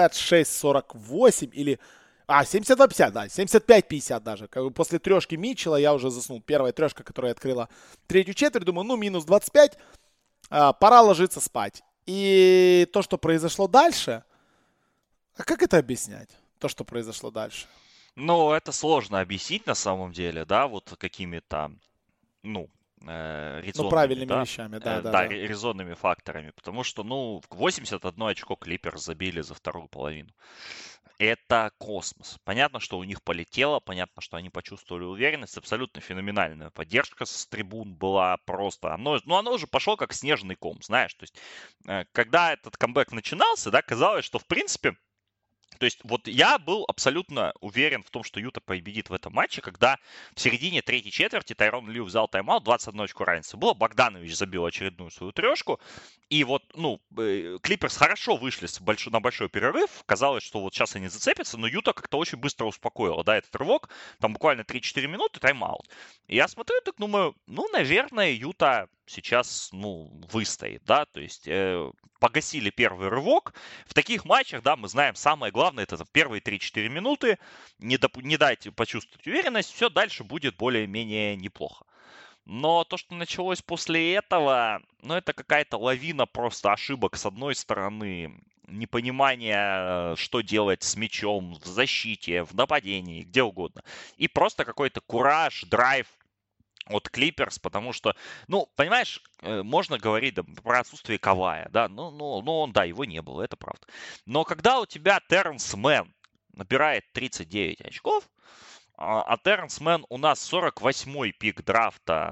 66-48 или... 72-50, да, 75-50 даже. Как бы после трешки Митчелла я уже заснул. Первая трешка, которая открыла третью четверть. Думаю, ну, минус 25. Пора ложиться спать. И то, что произошло дальше... А как это объяснять? То, что произошло дальше? Ну, это сложно объяснить на самом деле, да, вот какими-то, ну, резонными, правильными да, вещами, да. резонными факторами, потому что, ну, 81 очко Клиперс забили за вторую половину. Это космос. Понятно, что у них полетело, понятно, что они почувствовали уверенность, абсолютно феноменальная поддержка с трибун была просто. Оно уже пошло как снежный ком, знаешь, то есть, когда этот камбэк начинался, да, казалось, что, в принципе, то есть вот я был абсолютно уверен в том, что Юта победит в этом матче, когда в середине третьей четверти Тайрон Лью взял тайм-аут, 21 очко разницы было, Богданович забил очередную свою трешку, и вот, ну, Клиперс хорошо вышли на большой перерыв, казалось, что вот сейчас они зацепятся, но Юта как-то очень быстро успокоила, да, этот рывок, там буквально 3-4 минуты, тайм-аут. И я смотрю и так думаю, ну, наверное, Юта сейчас, ну, выстоит, да, то есть погасили первый рывок. В таких матчах, да, мы знаем, самое главное, это первые 3-4 минуты, не дайте почувствовать уверенность, все дальше будет более-менее неплохо. Но то, что началось после этого, ну, это какая-то лавина просто ошибок с одной стороны, непонимание, что делать с мячом в защите, в нападении, где угодно. И просто какой-то кураж, драйв от Клиперс, потому что, ну, понимаешь, можно говорить про отсутствие Кавая, да, ну, он, да, его не было, это правда. Но когда у тебя Терренс Мэн набирает 39 очков, а Терренс Мэн у нас 48-й пик драфта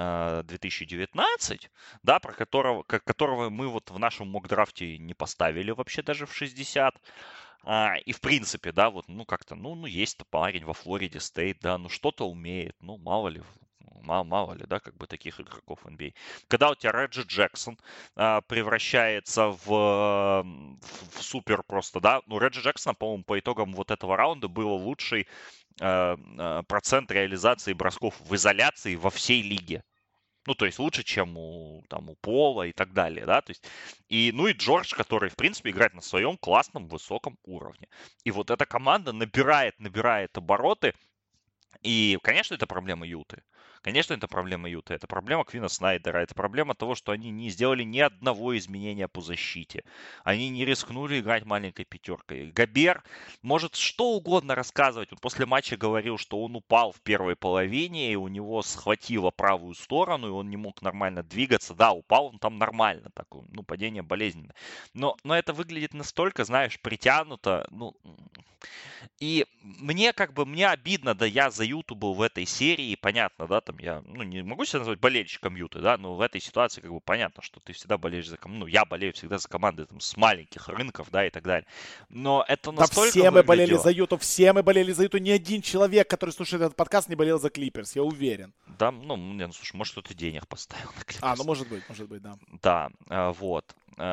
2019, да, про которого мы вот в нашем мок-драфте не поставили вообще даже в 60. И в принципе, да, вот, ну, как-то, ну, есть парень во Флориде Стейт, да, ну, что-то умеет, ну, мало ли, да, как бы таких игроков в NBA. Когда у тебя Реджи Джексон превращается в супер просто, да, ну, Реджи Джексон, по-моему, по итогам вот этого раунда был лучший процент реализации бросков в изоляции во всей лиге. Ну, то есть лучше, чем у Пола и так далее, да, то есть, ну и Джордж, который, в принципе, играет на своем классном, высоком уровне. И вот эта команда набирает обороты, и, конечно, это проблема Юты. Конечно, это проблема Юты. Это проблема Квина Снайдера. Это проблема того, что они не сделали ни одного изменения по защите. Они не рискнули играть маленькой пятеркой. Гобер может что угодно рассказывать. Он после матча говорил, что он упал в первой половине, и у него схватило правую сторону, и он не мог нормально двигаться. Да, упал он там нормально. Такое, ну, падение болезненное. Но это выглядит настолько, знаешь, притянуто. Ну, И мне мне обидно, да, я за Юту был в этой серии, понятно, да, там я, не могу себя назвать болельщиком Юты, да, но в этой ситуации понятно, что ты всегда болеешь за команду, я болею всегда за команды там с маленьких рынков, да, и так далее. Но это Да настолько все мы болели выглядело... за Юту, все мы болели за Юту, ни один человек, который слушает этот подкаст, не болел за Клиперс, я уверен. Да, слушай, может, кто-то денег поставил на Клиперс. Ну может быть, да. Да, вот.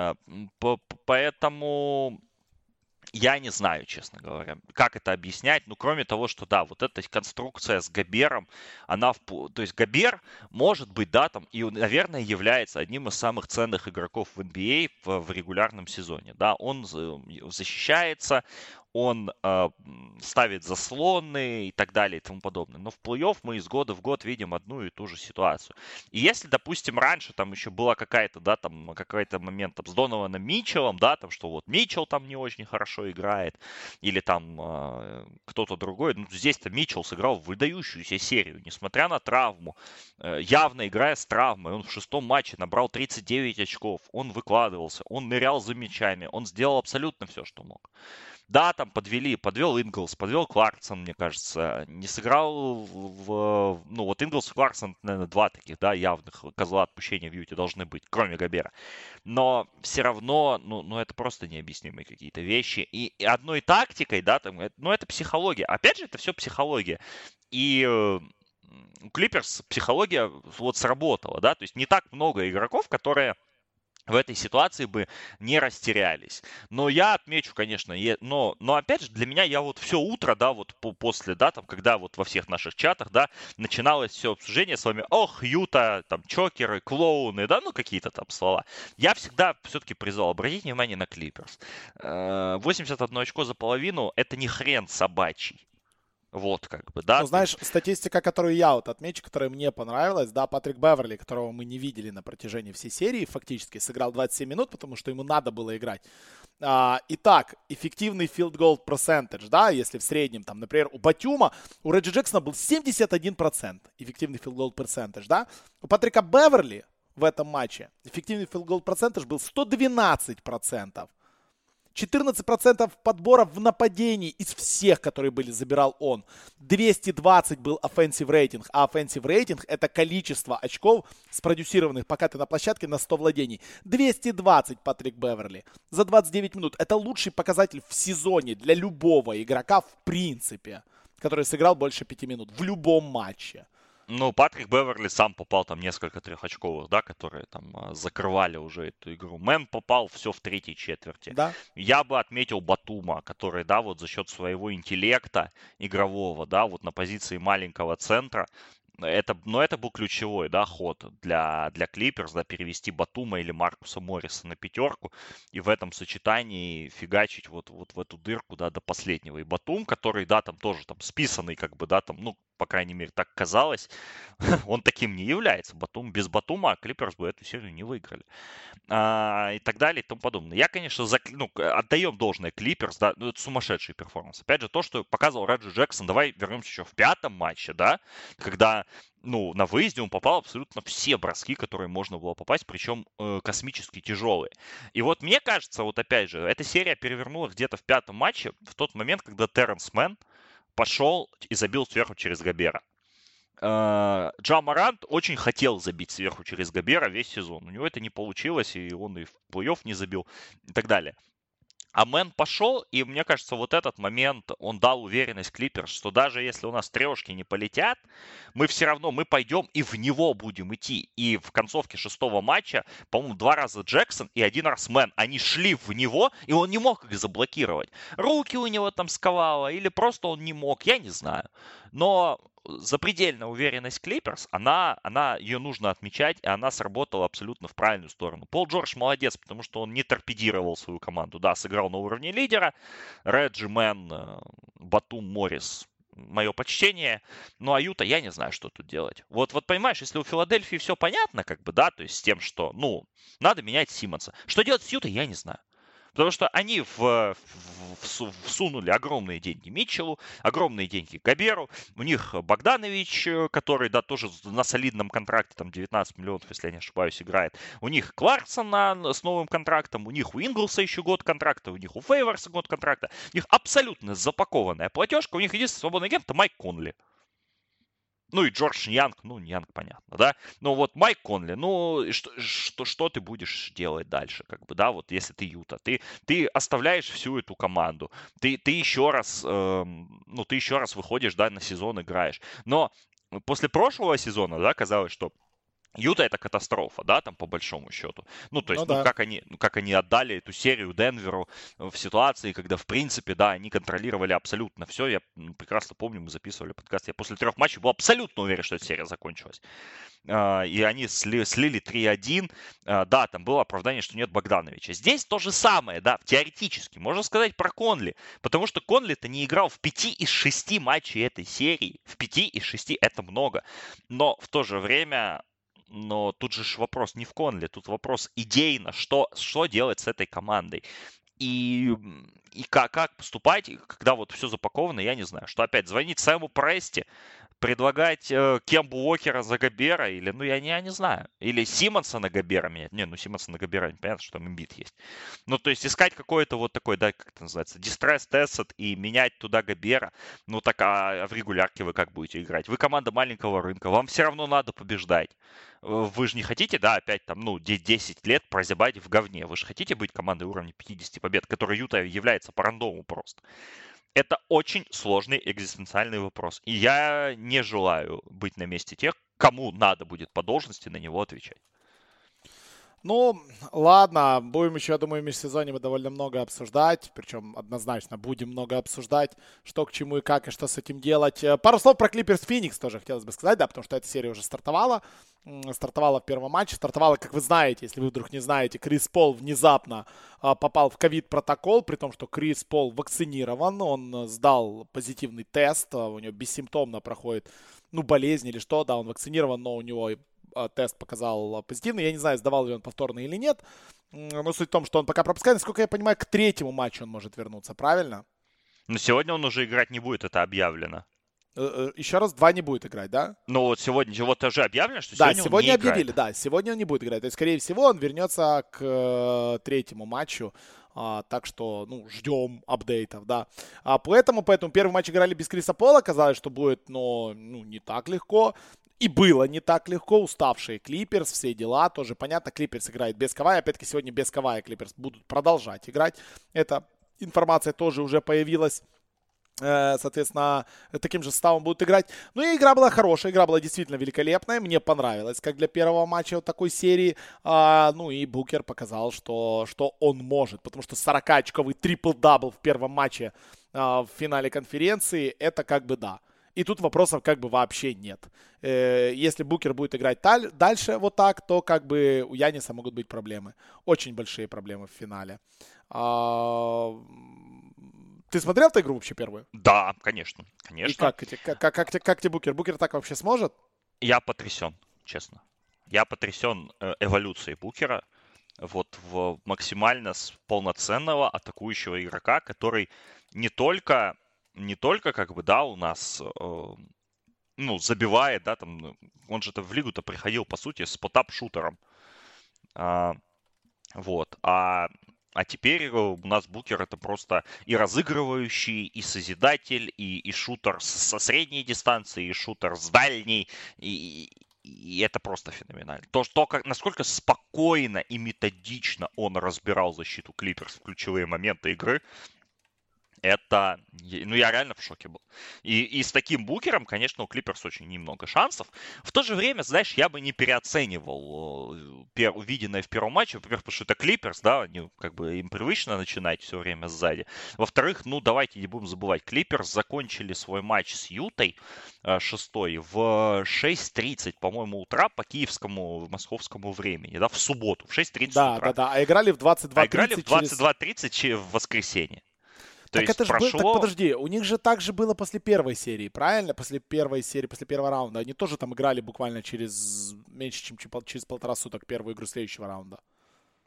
Поэтому... Я не знаю, честно говоря, как это объяснять. Кроме того, что, да, вот эта конструкция с Гобером, то есть Гобер может быть, да, там, и, наверное, является одним из самых ценных игроков в NBA в регулярном сезоне, да, он защищается, он ставит заслоны и так далее и тому подобное. Но в плей-офф мы из года в год видим одну и ту же ситуацию. И если, допустим, раньше там еще была какая-то, да, там, какой-то момент там, с Донованом Митчеллом, да, там, что вот Митчелл там не очень хорошо играет, или там кто-то другой, здесь-то Митчелл сыграл выдающуюся серию, несмотря на травму, явно играя с травмой. Он в 6-м матче набрал 39 очков, он выкладывался, он нырял за мячами, он сделал абсолютно все, что мог. Да, там подвел Инглс, подвел Кларксон, мне кажется. Не сыграл вот Инглс и Кларксон, наверное, два таких, да, явных козла отпущения в Юте должны быть, кроме Гобера. Но все равно, это просто необъяснимые какие-то вещи. И одной тактикой, да, там, это психология. Опять же, это все психология. И у Клиперс психология вот сработала, да, то есть не так много игроков, которые в этой ситуации бы не растерялись. Но я отмечу, конечно, но опять же, для меня я вот все утро, да, вот после, да, там, когда вот во всех наших чатах, да, начиналось все обсуждение с вами, Юта, там, чокеры, клоуны, да, какие-то там слова. Я всегда все-таки призвал обратить внимание на Клиперс. 81 очко за половину, это не хрен собачий. Вот да. Знаешь, статистика, которую я вот отмечу, которая мне понравилась, да, Патрик Беверли, которого мы не видели на протяжении всей серии, фактически сыграл 27 минут, потому что ему надо было играть. Итак, эффективный field goal percentage, да, если в среднем, там, например, у Батюма, у Реджи Джексона был 71% эффективный field goal percentage, да, у Патрика Беверли в этом матче эффективный field goal percentage был 112%. 14% подборов в нападении из всех, которые были, забирал он. 220 был offensive рейтинг, а offensive рейтинг это количество очков, спродюсированных, пока ты на площадке, на 100 владений. 220 Патрик Беверли за 29 минут. Это лучший показатель в сезоне для любого игрока в принципе, который сыграл больше 5 минут в любом матче. Патрик Беверли сам попал там несколько трехочковых, да, которые там закрывали уже эту игру. Мэн попал все в третьей четверти. Да. Я бы отметил Батума, который, да, вот за счет своего интеллекта игрового, да, вот на позиции маленького центра, это был ключевой, да, ход для Клиперс, да, перевести Батума или Маркуса Морриса на пятерку и в этом сочетании фигачить вот в эту дырку, да, до последнего. И Батум, который, да, там тоже там списанный, да, там, по крайней мере, так казалось, он таким не является. Без Батума Клиперс бы эту серию не выиграли. И так далее и тому подобное. Я, конечно, отдаем должное Клиперс, да, это сумасшедший перформанс. Опять же, то, что показывал Реджи Джексон, давай вернемся еще в 5-м матче, да, когда, на выезде он попал абсолютно все броски, которые можно было попасть, причем космически тяжелые. И вот мне кажется, вот опять же, эта серия перевернулась где-то в 5-м матче, в тот момент, когда Терренс Мэн пошел и забил сверху через Гобера. Джа Морант очень хотел забить сверху через Гобера весь сезон. У него это не получилось, и он и в плей-офф не забил, и так далее. А Мэн пошел, и мне кажется, вот этот момент, он дал уверенность Клиперс, что даже если у нас трешки не полетят, мы все равно, мы пойдем и в него будем идти. И в концовке 6-го матча, по-моему, 2 раза Джексон и 1 раз Мэн, они шли в него, и он не мог их заблокировать. Руки у него там сковало, или просто он не мог, я не знаю. Но запредельная уверенность Клиперс, ее нужно отмечать, и она сработала абсолютно в правильную сторону. Пол Джордж молодец, потому что он не торпедировал свою команду. Да, сыграл на уровне лидера. Реджи Мэн, Батум, Моррис, мое почтение. Ну, а Юта, я не знаю, что тут делать. Вот понимаешь, если у Филадельфии все понятно, да, то есть с тем, что, надо менять Симмонса. Что делать с Ютой, я не знаю. Потому что они всунули огромные деньги Митчеллу, огромные деньги Гоберу. У них Богданович, который, да, тоже на солидном контракте, там 19 миллионов, если я не ошибаюсь, играет. У них Кларксон с новым контрактом, у них у Инглса еще год контракта, у них у Фейворса год контракта. У них абсолютно запакованная платежка. У них единственный свободный агент — это Майк Конли. Ну и Джордж Ньянг, ну Ньянг понятно, да. Но вот Майк Конли, ну что ты будешь делать дальше, как бы, да, вот если ты Юта, ты оставляешь всю эту команду, ты еще раз, ты еще раз выходишь, да, на сезон играешь. Но после прошлого сезона, да, казалось, что Юта — это катастрофа, да, там по большому счету. Ну, то есть, да. как они отдали эту серию Денверу в ситуации, когда, в принципе, да, они контролировали абсолютно все. Я прекрасно помню, мы записывали подкаст. Я после 3 матчей был абсолютно уверен, что эта серия закончилась. И они слили 3-1. Да, там было оправдание, что нет Богдановича. Здесь то же самое, да, теоретически. Можно сказать про Конли. Потому что Конли-то не играл в 5 из 6 матчей этой серии. В 5 из 6 это много. Но в то же время... Но тут же вопрос не в Конли, тут вопрос идейно, что делать с этой командой. И как поступать, когда вот все запаковано, я не знаю. Что опять, звонить Сэму Прести, предлагать Кембу Уокера за Гобера, или, ну, я не знаю. Или Симмонса на Гобера менять. Не, ну, Симмонса на Гобера, понятно, что там Эмбит есть. Ну, то есть искать какой-то вот такой, да, как это называется, distressed asset и менять туда Гобера. Ну, так, а в регулярке вы как будете играть? Вы команда маленького рынка, вам все равно надо побеждать. Вы же не хотите, да, опять там, ну, 10 лет прозябать в говне. Вы же хотите быть командой уровня 50 побед, которой Юта является по рандому просто. Это очень сложный экзистенциальный вопрос. И я не желаю быть на месте тех, кому надо будет по должности на него отвечать. Ну, ладно, будем еще, я думаю, в межсезонье мы довольно много обсуждать, причем однозначно будем много обсуждать, что к чему и как, и что с этим делать. Пару слов про Clippers Phoenix тоже хотелось бы сказать, да, потому что эта серия уже стартовала в первом матче, стартовала, как вы знаете, если вы вдруг не знаете, Крис Пол внезапно попал в ковид-протокол, при том, что Крис Пол вакцинирован, он сдал позитивный тест, у него бессимптомно проходит, ну, болезнь или что, да, он вакцинирован, но у него тест показал позитивный. Я не знаю, сдавал ли он повторно или нет. Но суть в том, что он пока пропускает. Насколько я понимаю, к третьему матчу он может вернуться, правильно? Но сегодня он уже играть не будет, это объявлено. Еще раз, 2 не будет играть, да? Ну вот сегодня, вот уже объявлено, что сегодня он не объявили, играет. да, сегодня он не будет играть. То есть, скорее всего, он вернется к третьему матчу. Так что, ну, ждем апдейтов, да. Поэтому первый матч играли без Криса Пола. Казалось, что будет, но не так легко. И было не так легко. Уставшие Клиперс, все дела. Тоже понятно, Клиперс играет без Кавая. Опять-таки, сегодня без Кавая Клиперс будут продолжать играть. Эта информация тоже уже появилась. Соответственно, таким же составом будут играть. Ну и игра была хорошая, игра была действительно великолепная. Мне понравилось, как для первого матча вот такой серии. Ну и Букер показал, что он может. Потому что 40-очковый трипл-дабл в первом матче в финале конференции, это как бы да. И тут вопросов как бы вообще нет. Если Букер будет играть дальше вот так, то как бы у Яниса могут быть проблемы. Очень большие проблемы в финале. Ты смотрел эту игру вообще первую? Да, конечно. И как тебе Букер? Букер так вообще сможет? Я потрясен, честно. Я потрясен эволюцией Букера. Вот в максимально полноценного атакующего игрока, который не только как бы, да, у нас, забивает, да, там, он же в лигу-то приходил, по сути, с потап-шутером. Вот. А теперь у нас Букер это просто и разыгрывающий, и созидатель, и шутер со средней дистанции, и шутер с дальней, и это просто феноменально. Насколько спокойно и методично он разбирал защиту Клиперс в ключевые моменты игры, это, я реально в шоке был. И с таким Букером, конечно, у Клиперс очень немного шансов. В то же время, знаешь, я бы не переоценивал увиденное в первом матче. Во-первых, потому что это Клиперс, да, они, как бы им привычно начинать все время сзади. Во-вторых, давайте не будем забывать, Клиперс закончили свой матч с Ютой, шестой, в 6:30, по-моему, утра по киевскому, московскому времени, да, в субботу, в 6:30 утра. Да, а играли в 22:30 в воскресенье. Так это же было, так подожди, у них же так же было после первой серии, правильно? После первой серии, после первого раунда. Они тоже там играли буквально через меньше, чем через 1,5 суток первую игру следующего раунда.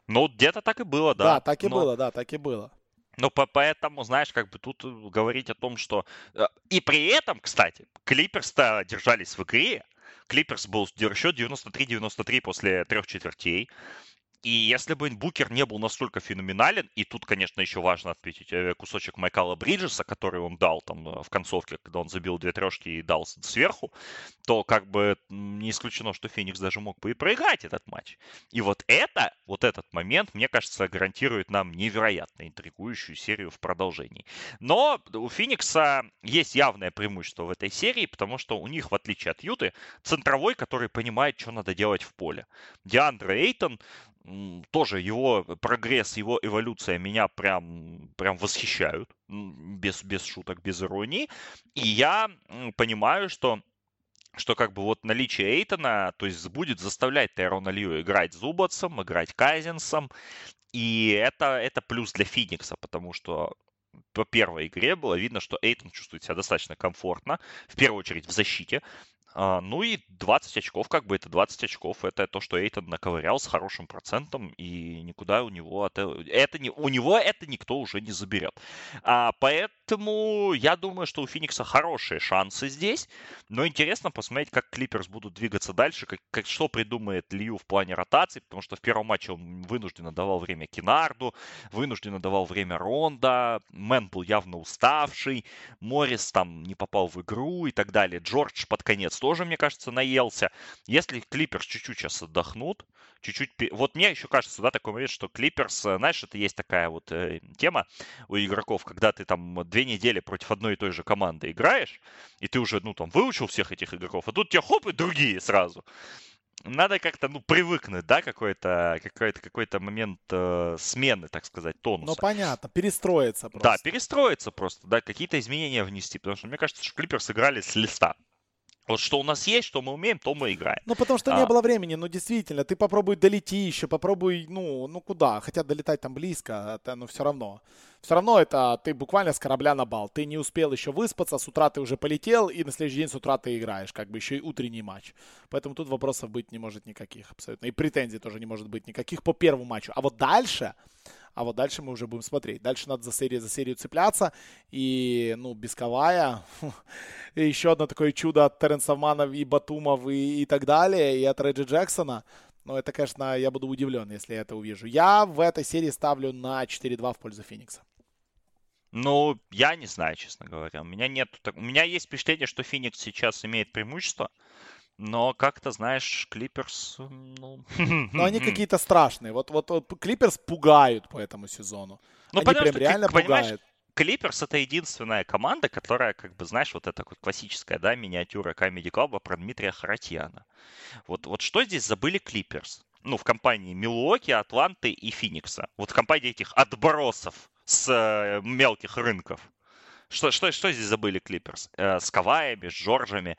Ну, где-то так и было, да. Да, так и было, да, так и было. Ну, поэтому, знаешь, как бы тут говорить о том, что... И при этом, кстати, Клиперс-то держались в игре. Клиперс был счет 93-93 после 3 четвертей. И если бы Букер не был настолько феноменален, и тут, конечно, еще важно отметить кусочек Майкала Бриджеса, который он дал там в концовке, когда он забил 2 трешки и дал сверху, то как бы не исключено, что Феникс даже мог бы и проиграть этот матч. И вот этот момент, мне кажется, гарантирует нам невероятно интригующую серию в продолжении. Но у Феникса есть явное преимущество в этой серии, потому что у них, в отличие от Юты, центровой, который понимает, что надо делать в поле. Деандре Эйтон, тоже его прогресс, его эволюция меня прям восхищают, без шуток, без иронии. И я понимаю, что как бы вот наличие Эйтона, то есть будет заставлять Тайрона Лью играть Зубацем, играть Казинсом. И это плюс для Феникса, потому что по первой игре было видно, что Эйтон чувствует себя достаточно комфортно, в первую очередь в защите. Ну и 20 очков, как бы это 20 очков, это то, что Эйтон наковырял с хорошим процентом, и никуда у него у него это никто уже не заберет. Поэтому я думаю, что у Феникса хорошие шансы здесь, но интересно посмотреть, как Клиперс будут двигаться дальше, что придумает Лью в плане ротации, потому что в первом матче он вынужденно давал время Кенарду, вынужденно давал время Ронда, Мэн был явно уставший, Моррис там не попал в игру и так далее, Джордж под конец тоже, мне кажется, наелся. Если Клиперс чуть-чуть сейчас отдохнут, вот мне еще кажется, да, такой момент, что Клиперс, знаешь, это есть такая вот тема у игроков, когда ты там 2 недели против одной и той же команды играешь, и ты уже, там, выучил всех этих игроков, а тут тебе хоп, и другие сразу. Надо как-то, привыкнуть, да, какой-то момент смены, так сказать, тонуса. Ну, понятно, перестроиться просто. Да, перестроиться просто, да, какие-то изменения внести, потому что мне кажется, что Клиперс играли с листа. Вот что у нас есть, что мы умеем, то мы играем. Ну, потому что не было времени, действительно, ты попробуй долети еще, попробуй, куда, хотя долетать там близко, все равно. Все равно это ты буквально с корабля на бал, ты не успел еще выспаться, с утра ты уже полетел, и на следующий день с утра ты играешь, как бы еще и утренний матч. Поэтому тут вопросов быть не может никаких абсолютно, и претензий тоже не может быть никаких по первому матчу. А вот дальше мы уже будем смотреть. Дальше надо за серию цепляться. И, Бесковая. И еще одно такое чудо от Терренса Мана и Батумов и так далее. И от Реджи Джексона. Это, конечно, я буду удивлен, если я это увижу. Я в этой серии ставлю на 4-2 в пользу Феникса. Я не знаю, честно говоря. У меня есть впечатление, что Феникс сейчас имеет преимущество. Но как-то, знаешь, Клиперс, Но они какие-то страшные. Вот Клиперс пугают по этому сезону. Они прям реально пугают. Клиперс — это единственная команда, которая, как бы, знаешь, вот эта вот классическая, да, миниатюра Comedy Club про Дмитрия Харатьяна. Вот что здесь забыли Клиперс? В компании Милуоки, Атланты и Феникса. Вот в компании этих отбросов с мелких рынков. Что здесь забыли Клиперс? С Каваями, с Джорджами.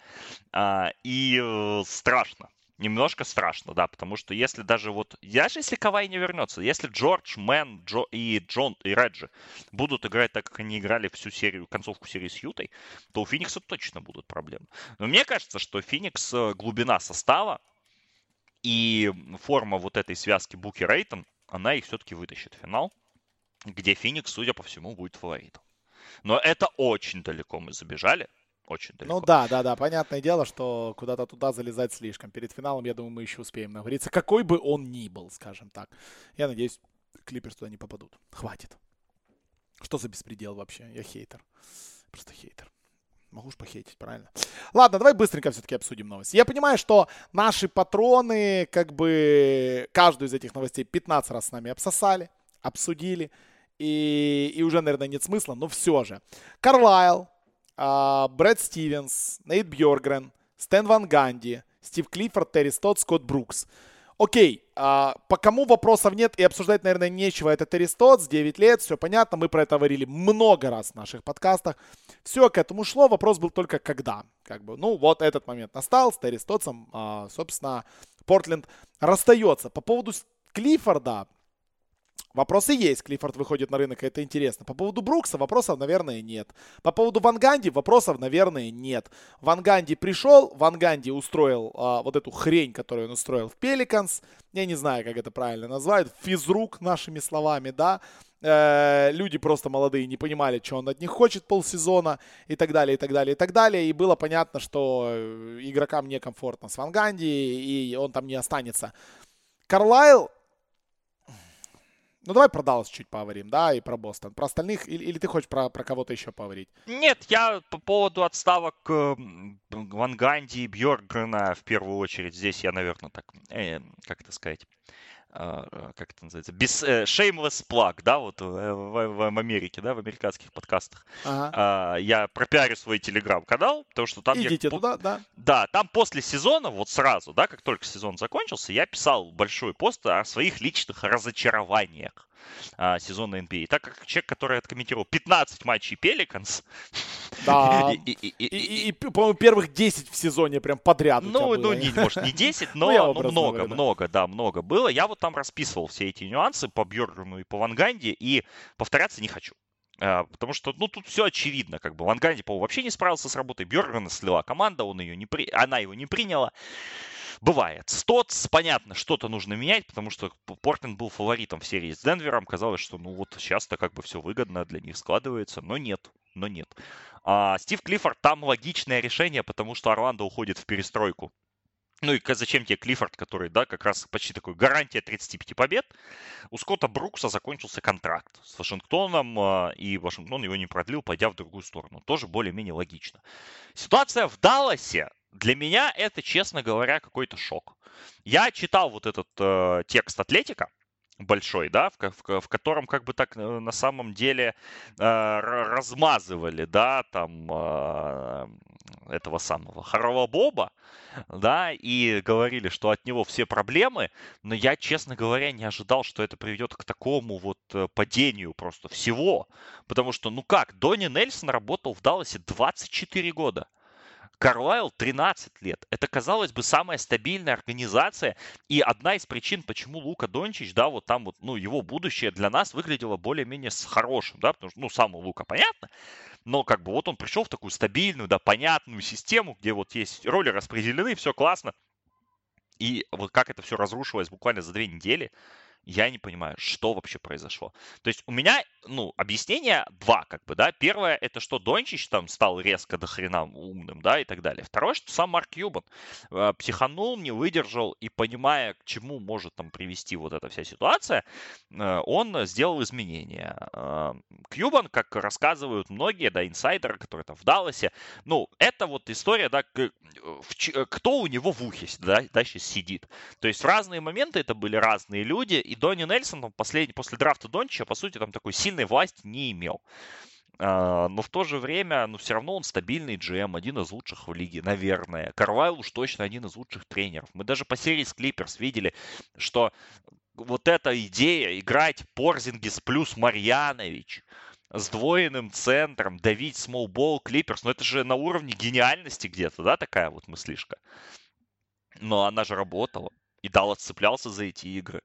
И страшно. Немножко страшно, да, потому что если даже если Кавай не вернется, если Джордж, Мэн, и Реджи будут играть так, как они играли всю концовку серии с Ютой, то у Феникса точно будут проблемы. Но мне кажется, что Феникс, глубина состава и форма вот этой связки Букер-Эйтон, она их все-таки вытащит в финал, где Феникс, судя по всему, будет фаворитом. Но это очень далеко мы забежали. Очень далеко. Да. Понятное дело, что куда-то туда залезать слишком. Перед финалом, я думаю, мы еще успеем наговориться. Какой бы он ни был, скажем так. Я надеюсь, Клиперс туда не попадут. Хватит. Что за беспредел вообще? Я хейтер. Просто хейтер. Могу ж похейтить, правильно? Ладно, давай быстренько все-таки обсудим новости. Я понимаю, что наши патроны, как бы, каждую из этих новостей 15 раз с нами обсосали, обсудили. И уже, наверное, нет смысла, но все же. Карлайл, Брэд Стивенс, Нейт Бьоргрен, Стэн Ван Ганди, Стив Клиффорд, Терри Стотт, Скотт Брукс. Окей, по кому вопросов нет и обсуждать, наверное, нечего. Это Терри Стотт, 9 лет, все понятно. Мы про это говорили много раз в наших подкастах. Все к этому шло, вопрос был только когда. Вот этот момент настал, с Терри Стоттсом, собственно, Портленд расстается. По поводу Клиффорда, Вопросы есть. Клиффорд выходит на рынок, и это интересно. По поводу Брукса вопросов, наверное, нет. По поводу Ван Ганди вопросов, наверное, нет. Ван Ганди пришел, Ван Ганди устроил вот эту хрень, которую он устроил в Пеликанс. Я не знаю, как это правильно назвать. Физрук, нашими словами, да. Люди просто молодые не понимали, что он от них хочет полсезона и так далее, и так далее, и так далее. И было понятно, что игрокам некомфортно с Ван Ганди, и он там не останется. Карлайл. Ну, давай про Даллас чуть поговорим, да, и про Бостон. Про остальных, или ты хочешь про кого-то еще поговорить? Нет, я по поводу отставок Ван Ганди и Бьоргрена в первую очередь. Здесь я, наверное, так, как это сказать, как это называется, без shameless plug, да, вот в Америке, да, в американских подкастах. Ага. Я пропиарю свой телеграм-канал, потому что там... Идите туда, да. Да, там после сезона, вот сразу, да, как только сезон закончился, я писал большой пост о своих личных разочарованиях сезона NBA. Так как человек, который откомментировал 15 матчей Пеликанс. Да. И, по-моему, первых 10 в сезоне прям подряд. Ну, может, не 10, но много было. Я вот там расписывал все эти нюансы по Бьоргрену и по Ван Ганди, и повторяться не хочу. Потому что, ну, тут все очевидно. Как бы Ван Ганди, по-моему, вообще не справился с работой. Бьоргрена слила команда, она его не приняла. Бывает. Стотс, понятно, что-то нужно менять, потому что Портленд был фаворитом в серии с Денвером. Казалось, что ну вот сейчас-то как бы все выгодно для них складывается, но нет. Стив Клиффорд там логичное решение, потому что Орландо уходит в перестройку. Ну и зачем тебе Клиффорд, который, да, как раз почти такой гарантия 35 побед. У Скотта Брукса закончился контракт с Вашингтоном, и Вашингтон его не продлил, пойдя в другую сторону. Тоже более-менее логично. Ситуация в Далласе. Для меня это, честно говоря, какой-то шок. Я читал вот этот текст Атлетика большой, да, в котором как бы так на самом деле размазывали, да, там этого самого Харова Боба, да, и говорили, что от него все проблемы, но я, честно говоря, не ожидал, что это приведет к такому вот падению просто всего, потому что, ну как, Донни Нельсон работал в Далласе 24 года. Карлайл 13 лет. Это, казалось бы, самая стабильная организация. И одна из причин, почему Лука Дончич, да, вот там вот, ну, его будущее для нас выглядело более-менее с хорошим, да, потому что, ну, сам у Лука понятно, но как бы вот он пришел в такую стабильную, да, понятную систему, где вот есть роли распределены, все классно. И вот как это все разрушилось буквально за 2 недели, я не понимаю, что вообще произошло. То есть у меня, ну, объяснения 2, как бы, да. Первое, это что Дончич там стал резко до хрена умным, да, и так далее. Второе, что сам Марк Кьюбан психанул, не выдержал, и понимая, к чему может там привести вот эта вся ситуация, он сделал изменения. Кьюбан, как рассказывают многие, да, инсайдеры, которые там в Далласе, ну, это вот история, да, кто у него в ухе, да, сейчас сидит. То есть в разные моменты это были разные люди, и Донни Нельсон там, после драфта Дончича, по сути, там такой сильной власти не имел. Но в то же время, ну, все равно он стабильный GM, один из лучших в лиге, наверное. Карлайл уж точно один из лучших тренеров. Мы даже по серии с Клиперс видели, что вот эта идея играть Порзингис плюс Марьянович с двойным центром, давить смолбол Клиперс, ну это же на уровне гениальности где-то, да, такая вот мыслишка. Но она же работала. И Даллас цеплялся за эти игры.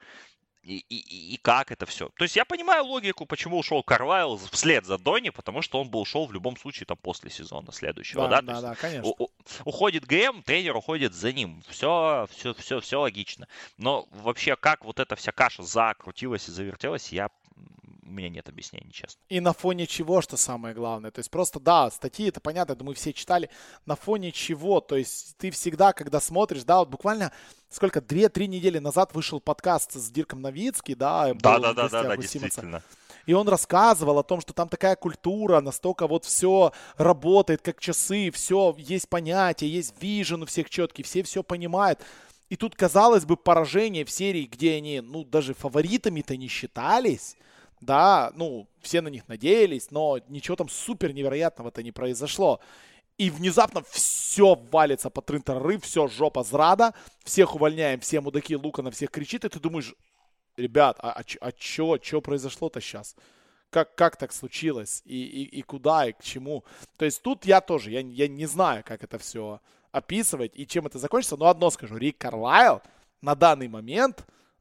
И как это все? То есть я понимаю логику, почему ушел Карлайл вслед за Донни, потому что он бы ушел в любом случае там после сезона следующего, да? Да, конечно. Уходит ГМ, тренер уходит за ним. Все логично. Но вообще, как вот эта вся каша закрутилась и завертелась, у меня нет объяснений, честно. И на фоне чего, что самое главное. То есть просто, да, статьи, это понятно, это мы все читали. На фоне чего? То есть ты всегда, когда смотришь, да, вот буквально, 2-3 недели назад вышел подкаст с Дирком Новицки, да. Да, действительно. И он рассказывал о том, что там такая культура, настолько вот все работает как часы, все, есть понятия, есть вижен у всех четкий, все понимают. И тут, казалось бы, поражение в серии, где они, ну, даже фаворитами-то не считались. Да, ну, все на них надеялись, но ничего там супер невероятного-то не произошло. И внезапно все валится по трын-тарары, все, жопа зрада, всех увольняем, все мудаки, Лука на всех кричит, и ты думаешь, ребят, что произошло-то сейчас? Как так случилось? И куда, и к чему? То есть тут я тоже, я не знаю, как это все описывать и чем это закончится, но одно скажу, Рик Карлайл на данный момент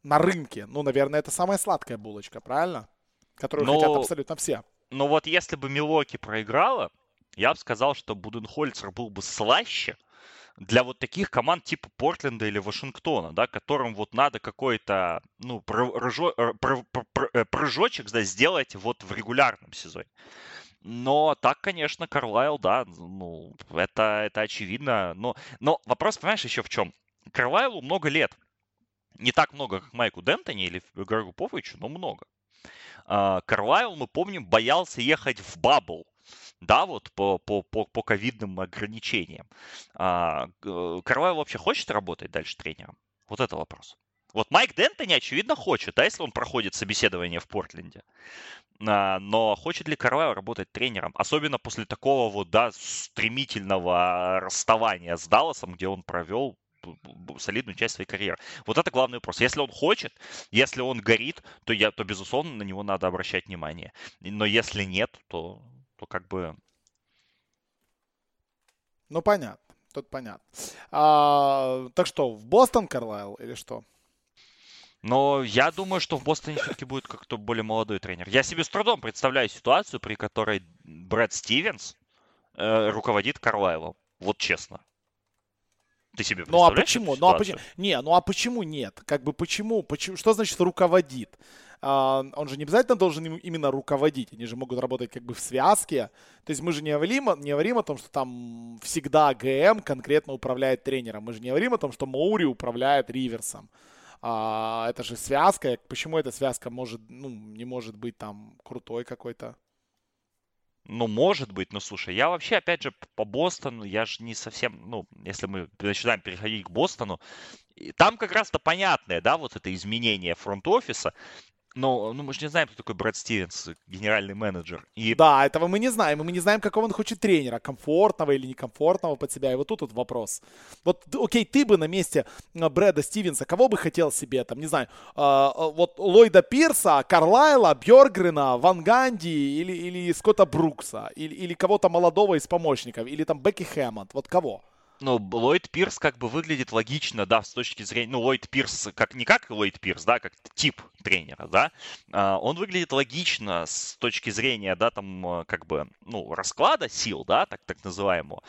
на рынке. Ну, наверное, это самая сладкая булочка, правильно? Которую хотят абсолютно все. Но вот если бы Милуоки проиграла, я бы сказал, что Буденхольцер был бы слаще для вот таких команд типа Портленда или Вашингтона, да, которым вот надо какой-то, ну, прыжочек, да, сделать вот в регулярном сезоне. Но так, конечно, Карлайл, да, ну, это очевидно. Но вопрос, понимаешь, еще в чем? Карлайлу много лет. Не так много, как Майку Д'Антони или Грегу Поповичу, но много. Карлайл, мы помним, боялся ехать в бабл. Да, вот по ковидным ограничениям. Карлайл вообще хочет работать дальше тренером? Вот это вопрос. Вот Майк Д'Антони, очевидно, хочет, да, если он проходит собеседование в Портленде. Но хочет ли Карлайл работать тренером? Особенно после такого вот, да, стремительного расставания с Далласом, где он провел солидную часть своей карьеры. Вот это главный вопрос. Если он хочет, если он горит, то безусловно, на него надо обращать внимание. Но если нет, то как бы... Ну, понятно. Тут понятно. Так что, в Бостон Карлайл или что? Но я думаю, что в Бостоне все-таки будет как-то более молодой тренер. Я себе с трудом представляю ситуацию, при которой Брэд Стивенс руководит Карлайлом. Вот честно. Ты себе представляешь? Ну а почему? Ну а почему нет? Как бы почему? Что значит руководит? Он же не обязательно должен именно руководить. Они же могут работать как бы в связке. То есть мы же не говорим о том, что там всегда ГМ конкретно управляет тренером. Мы же не говорим о том, что Моури управляет Риверсом. Это же связка. Почему эта связка не может быть там крутой какой-то? Ну, может быть, но слушай, я вообще, опять же, по Бостону, я же не совсем, ну, если мы начинаем переходить к Бостону, там как раз-то понятное, да, вот это изменение фронт-офиса, но мы же не знаем, кто такой Брэд Стивенс, генеральный менеджер. Да, этого мы не знаем. И мы не знаем, какого он хочет тренера. Комфортного или некомфортного под себя. И вот тут вот вопрос. Вот, окей, ты бы на месте Брэда Стивенса кого бы хотел себе? Там, не знаю, вот Ллойда Пирса, Карлайла, Бьоргрена, Ван Ганди или Скотта Брукса. Или кого-то молодого из помощников. Или там Бекки Хэммонд. Вот кого? Ну, Ллойд Пирс как бы выглядит логично, да, с точки зрения, ну, Ллойд Пирс, не как Ллойд Пирс, да, как тип тренера, да, он выглядит логично с точки зрения, да, там, как бы, ну, расклада сил, да, так называемого,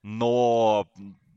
но,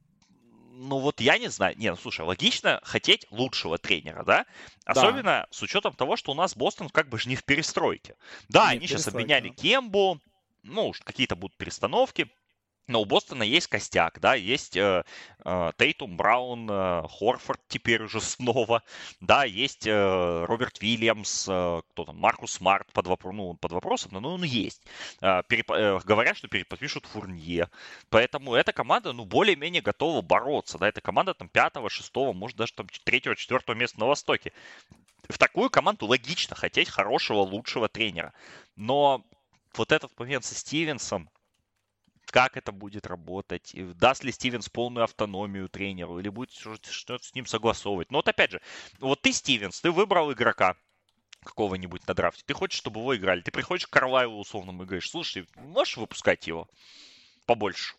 ну, вот я не знаю, ну, слушай, логично хотеть лучшего тренера, да, особенно с учетом того, что у нас Бостон как бы же не в перестройке. Да, они сейчас обменяли Кембу, ну, какие-то будут перестановки, но у Бостона есть костяк, да, есть Тейтум, Браун, Хорфорд теперь уже снова, да, есть Роберт Вильямс, кто там, Маркус Смарт под вопросом, но он есть. Говорят, что переподпишут Фурнье, поэтому эта команда, ну, более-менее готова бороться, да, эта команда там 5-го, 6-го, может даже там 3-го, 4-го места на Востоке. В такую команду логично хотеть хорошего, лучшего тренера, но вот этот момент со Стивенсом, как это будет работать, даст ли Стивенс полную автономию тренеру, или будет что-то с ним согласовывать. Но вот опять же, вот ты, Стивенс, ты выбрал игрока какого-нибудь на драфте, ты хочешь, чтобы его играли, ты приходишь к Карлайлу условному и говоришь, слушай, можешь выпускать его побольше?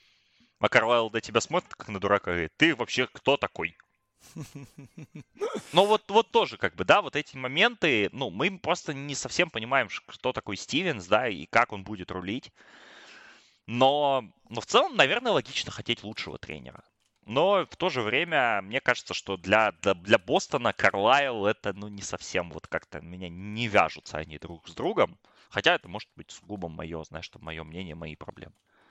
А Карлайл до тебя смотрит, как на дурака, и говорит, ты вообще кто такой? Ну вот тоже как бы, да, вот эти моменты, ну, мы просто не совсем понимаем, кто такой Стивенс, да, и как он будет рулить. Но в целом, наверное, логично хотеть лучшего тренера. Но в то же время, мне кажется, что для Бостона Карлайл это, ну, не совсем вот как-то меня не вяжутся они друг с другом. Хотя это может быть сугубо мое, знаешь, что мое мнение, мои проблемы.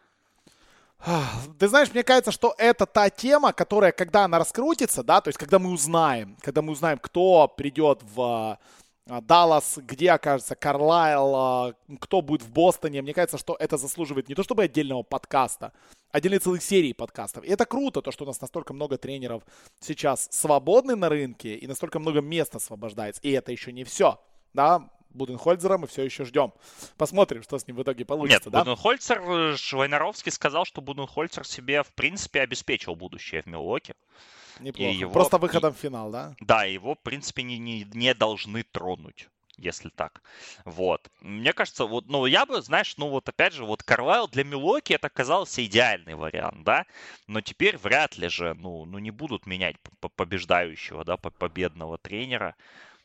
Ты знаешь, мне кажется, что это та тема, которая, когда она раскрутится, да, то есть когда мы узнаем, кто придет в Даллас, где окажется Карлайл, кто будет в Бостоне. Мне кажется, что это заслуживает не то чтобы отдельного подкаста, а отдельной целой серии подкастов. И это круто, то, что у нас настолько много тренеров сейчас свободны на рынке и настолько много места освобождается. И это еще не все, да. Буденхольцера мы все еще ждем. Посмотрим, что с ним в итоге получится. Нет, да? Буденхольцер, Войнаровский сказал, что Буденхольцер себе, в принципе, обеспечил будущее в Милуоки. Неплохо. Просто выходом в финал, да? Да, его, в принципе, не должны тронуть. если так. Вот. Мне кажется, вот, ну, я бы, знаешь, ну, вот опять же, вот Карлайл для Милуоки это оказался идеальный вариант, да, но теперь вряд ли же, ну не будут менять побеждающего, да, победного тренера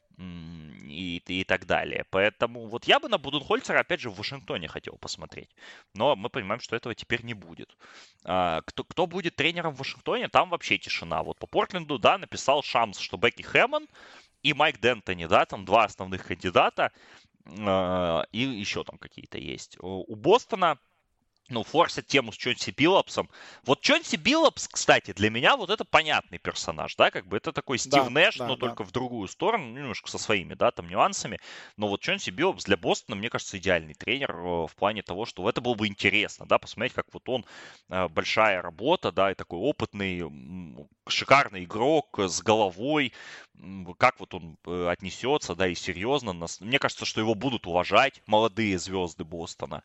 и так далее. Поэтому вот я бы на Буденхольцера, опять же, в Вашингтоне хотел посмотреть. Но мы понимаем, что этого теперь не будет. Кто будет тренером в Вашингтоне, там вообще тишина. Вот по Портленду, да, написал Шамс, что Бекки Хэммон и Майк Д'Антони, да, там два основных кандидата, и еще там какие-то есть. У Бостона, ну, форсят тему с Чонси Биллопсом. Вот Чонси Биллопс, кстати, для меня вот это понятный персонаж, да, как бы это такой Стив Нэш, но только в другую сторону, немножко со своими, да, там нюансами. Но вот Чонси Биллопс для Бостона, мне кажется, идеальный тренер в плане того, что это было бы интересно, да, посмотреть, как вот он, большая работа, да, и такой опытный, шикарный игрок с головой, как вот он отнесется, да, и серьезно. Мне кажется, что его будут уважать молодые звезды Бостона.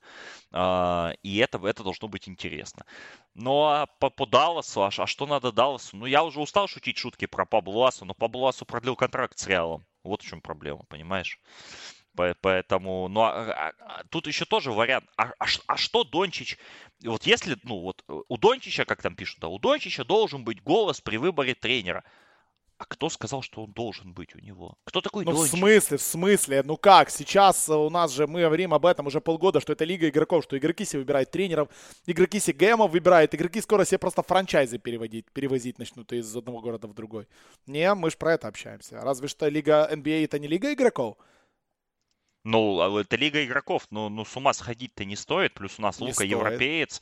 И это должно быть интересно. Но по Далласу, а что надо Далласу? Ну, я уже устал шутить шутки про Пабло Лассо, но Пабло Лассо продлил контракт с Реалом. Вот в чем проблема, понимаешь? Поэтому, ну, тут еще тоже вариант. А что Дончич? Вот если, ну, вот у Дончича, как там пишут, да, у Дончича должен быть голос при выборе тренера. А кто сказал, что он должен быть у него? Кто такой Дончич? В смысле? Ну как? Сейчас у нас же, мы говорим об этом уже полгода, что это лига игроков, что игроки себе выбирают тренеров, игроки себе ГМов выбирают, игроки скоро себе просто франчайзы перевозить начнут из одного города в другой. Не, мы же про это общаемся. Разве что лига NBA это не лига игроков? Ну, это лига игроков, ну с ума сходить-то не стоит. Плюс у нас Лука европеец.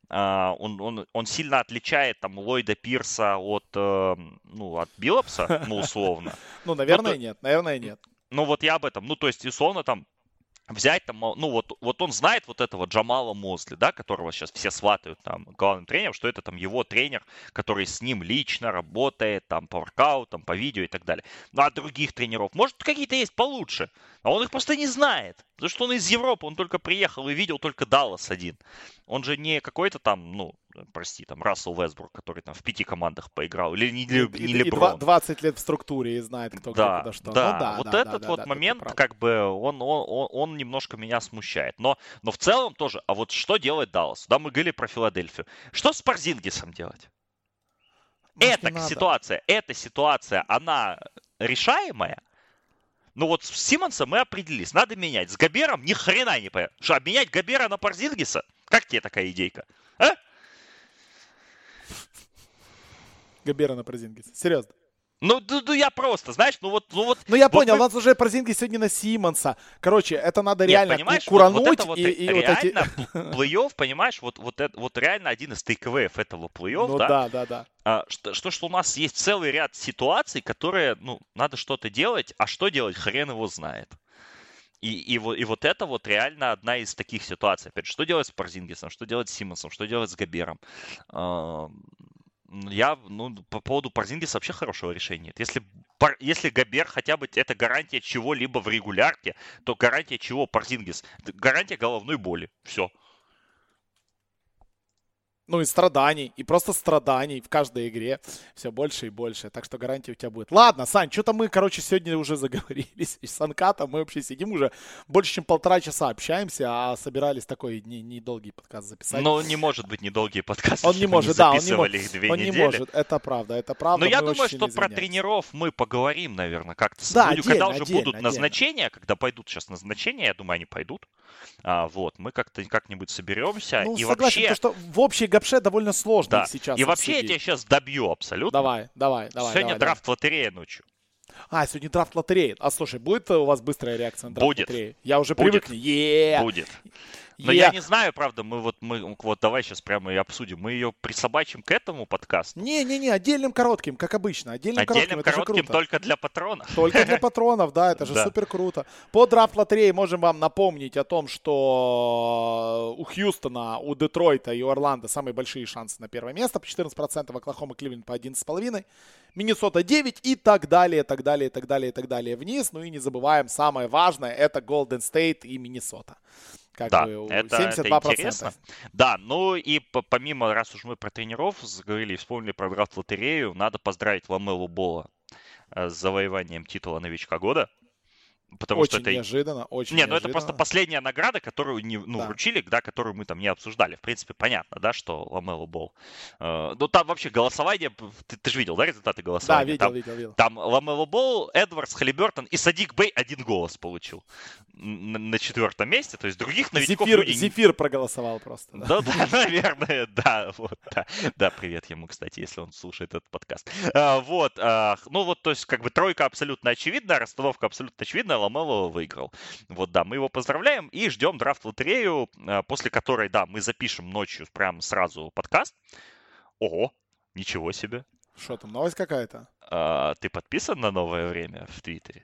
Он сильно отличает там Ллойда Пирса от Биллопса, ну, условно. Ну, наверное, нет. Ну, вот я об этом. Ну, то есть, условно, там, взять там, ну вот он знает вот этого Джамала Мозли, да, которого сейчас все сватают там главным тренером, что это там его тренер, который с ним лично работает там по воркаутам, по видео и так далее. Ну а других тренеров, может какие-то есть получше, а он их просто не знает, потому что он из Европы, он только приехал и видел только Даллас один. Он же не какой-то там, ну, прости, там Рассел Вестбрук, который там в 5 командах поиграл, или не Леброн. 20 лет в структуре и знает, кто где куда что. Да, ну, этот момент, как бы, он немножко меня смущает. Но в целом тоже, а вот что делать Даллас? Да, мы говорили про Филадельфию. Что с Порзингисом делать? Эта ситуация, она решаемая? Ну вот с Симмонсом мы определились, надо менять. С Гобером ни хрена не понятно. Что, обменять Гобера на Порзингиса? Как тебе такая идейка? А? Гобера на Порзингиса. Серьезно. Ну, я просто, знаешь, ну вот. Ну, я понял, у нас уже Порзингис сегодня на Симмонса. Короче, это надо реально курануть. Реально плей-офф, понимаешь, вот реально один из тейковеев этого плей-офф, ну, да. Что у нас есть целый ряд ситуаций, которые, ну, надо что-то делать, а что делать, хрен его знает. И вот это вот реально одна из таких ситуаций. Опять же, что делать с Порзингисом, что делать с Симмонсом, что делать с Гобером. По поводу Порзингиса вообще хорошего решения нет. Если Гобер хотя бы это гарантия чего-либо в регулярке, то гарантия чего Порзингис? Гарантия головной боли. Все. Ну и страданий, и просто страданий в каждой игре все больше и больше. Так что гарантия у тебя будет. Ладно, Сань, что-то мы, сегодня уже заговорились. С Анкатом мы вообще сидим уже больше, чем 1,5 часа общаемся, а собирались такой недолгий подкаст записать. Ну, не может быть недолгий подкаст, он не может, да, он не может, это правда. Но я думаю, что про тренеров мы поговорим, наверное, как-то. Да, когда уже будут назначения, когда пойдут сейчас назначения, я думаю, они пойдут. Вот, мы как-нибудь соберемся. Ну, и согласен, вообще... что в общей гопше довольно сложно да. сейчас и вообще обсудить. я тебя сейчас добью абсолютно. Давай. Сегодня драфт-лотерея ночью. Сегодня драфт-лотерея. Слушай, будет у вас быстрая реакция на драфт-лотерею? Я уже привыкну. Будет. Но я не знаю, правда, мы давай сейчас прямо и обсудим. Мы ее присобачим к этому подкасту. Не, отдельным коротким, как обычно. Отдельным коротким только для патронов. Только для патронов, да, это же супер круто. По драфт-лотерее можем вам напомнить о том, что у Хьюстона, у Детройта и у Орландо самые большие шансы на первое место. По 14%, Оклахома, Кливленд по 11,5%. Миннесота 9 и так далее вниз. Ну и не забываем, самое важное, это Голден Стейт и Миннесота. Это интересно. Да, ну и помимо, раз уж мы про тренеров заговорили и вспомнили про драфт-лотерею, надо поздравить Ламелу Болла с завоеванием титула новичка года. Потому очень что это... неожиданно, очень Не, неожиданно. ну это просто последняя награда, которую вручили, да, которую мы там не обсуждали. В принципе, понятно, да, что Ламело Болл. Ну там вообще голосование, ты же видел, да, результаты голосования? Да, видел. Там Ламело Болл, Эдвардс, Халибертон и Садик Бей 1 голос получил на 4-м месте. То есть других новичков люди... Зефир проголосовал просто. Да, наверное, да. Вот, да, привет ему, кстати, если он слушает этот подкаст. Вот, ну вот, то есть как бы тройка абсолютно очевидная, расстановка абсолютно очевидная, Ламело выиграл. Вот, да, мы его поздравляем и ждем драфт-лотерею, после которой, да, мы запишем ночью прям сразу подкаст. Ого, ничего себе. Что там, новость какая-то? Ты подписан на «Новое время» в Твиттере?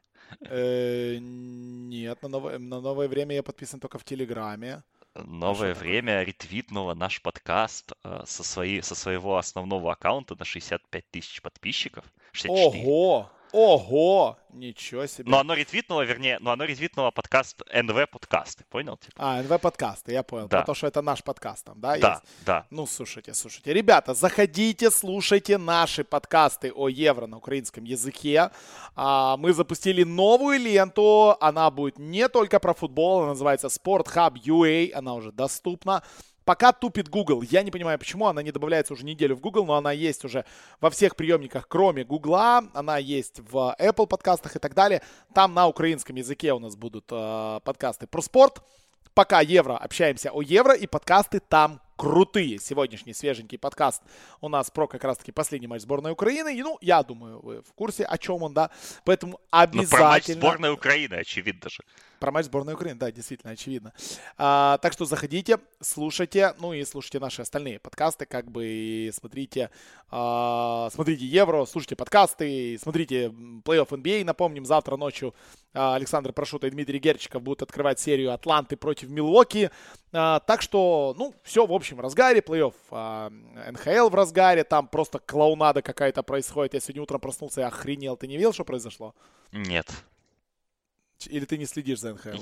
Нет, на «Новое время» я подписан только в Телеграме. «Новое время» ретвитнуло наш подкаст со своего основного аккаунта на 65 тысяч подписчиков. 64. Ого! Ничего себе. Но оно ретвитнуло подкаст НВ подкасты, понял? Типа? НВ подкасты, я понял. Да. Потому что это наш подкаст там, да? Да, есть? да. Ну, слушайте. Ребята, заходите, слушайте наши подкасты о евро на украинском языке. Мы запустили новую ленту. Она будет не только про футбол, она называется Sport Hub UA. Она уже доступна. Пока тупит Google. Я не понимаю, почему. Она не добавляется уже неделю в Google, но она есть уже во всех приемниках, кроме Гугла. Она есть в Apple подкастах и так далее. Там на украинском языке у нас будут подкасты про спорт. Пока евро, общаемся о евро, и подкасты там крутые. Сегодняшний свеженький подкаст у нас про как раз-таки последний матч сборной Украины. И, ну, я думаю, вы в курсе, о чем он, да. Поэтому обязательно... Ну, про матч сборной Украины, очевидно же. Про матч сборной Украины, да, действительно, очевидно. Так что заходите, слушайте, ну и слушайте наши остальные подкасты, как бы и смотрите Евро, слушайте подкасты, смотрите плей-офф NBA. Напомним, завтра ночью Александр Прошута и Дмитрий Герчиков будут открывать серию Атланты против Милуоки. Так что, ну, все в общем в разгаре, плей-офф НХЛ в разгаре, там просто клоунада какая-то происходит. Я сегодня утром проснулся и охренел. Ты не видел, что произошло? Нет. Или ты не следишь за НХЛ?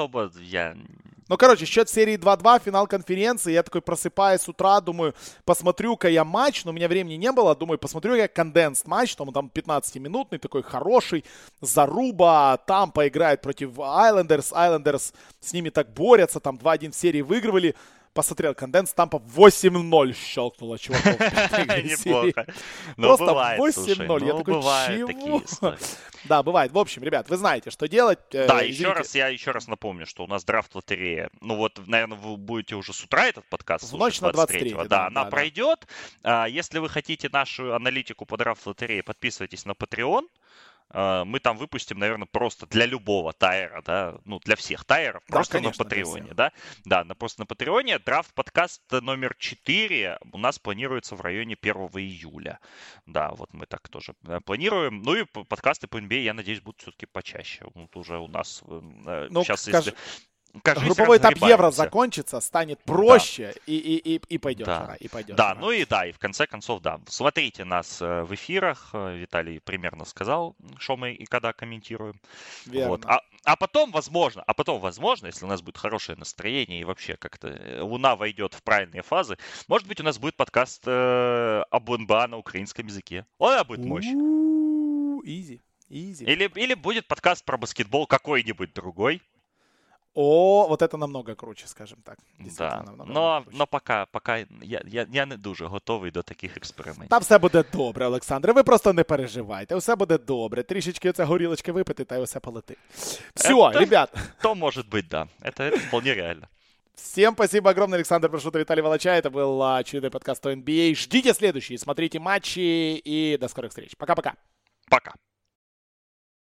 Ну, короче, счет серии 2-2, финал конференции. Я такой просыпаюсь с утра, думаю, посмотрю-ка я матч, но у меня времени не было. Думаю, посмотрю я конденс матч, там 15-минутный, такой хороший, заруба. Тампа играет против Айлендерс. Айлендерс с ними так борются, там 2-1 в серии выигрывали. Посмотрел конденс, Тампа 8-0 щелкнула чуваков. Неплохо. Просто 8-0. Я такой, чего? Да, бывает. В общем, ребят, вы знаете, что делать. Да, я еще раз напомню, что у нас драфт-лотерея. Ну вот, наверное, вы будете уже с утра этот подкаст слушать. В ночь на 23-го. Да, она пройдет. Если вы хотите нашу аналитику по драфт-лотерее, подписывайтесь на Patreon. Мы там выпустим, наверное, просто для любого тайера, да, ну, для всех тайеров, да, просто конечно, на Патреоне, да. Да, просто на Патреоне. Драфт-подкаст номер 4 у нас планируется в районе 1 июля. Да, вот мы так тоже планируем. Ну и подкасты по NBA, я надеюсь, будут все-таки почаще. Вот уже у нас сейчас, если... Групповой этап Евро закончится, станет проще, да. и пойдет. Да, и пойдет. Да, ну и да, и в конце концов, да. Смотрите нас в эфирах. Виталий примерно сказал, что мы и когда комментируем. Верно. Вот. А потом, возможно, если у нас будет хорошее настроение и вообще как-то Луна войдет в правильные фазы, может быть, у нас будет подкаст об НБА на украинском языке. Он будет мощь. Easy. Или будет подкаст про баскетбол какой-нибудь другой. Вот это намного круче, скажем так. Да, но пока я не дуже готовий до таких експериментів. Та все буде добре, Олександре, ви просто не переживайте, все буде добре. Трішечки оце горілочки випити, та й все полетить. Все, ребят. То может быть, да, это вполне реально. Всем спасибо огромное, Александр Прошута, Виталий Волочай. Это был очередной подкаст о NBA. Ждите следующий, смотрите матчи и до скорых встреч. Пока-пока. Пока.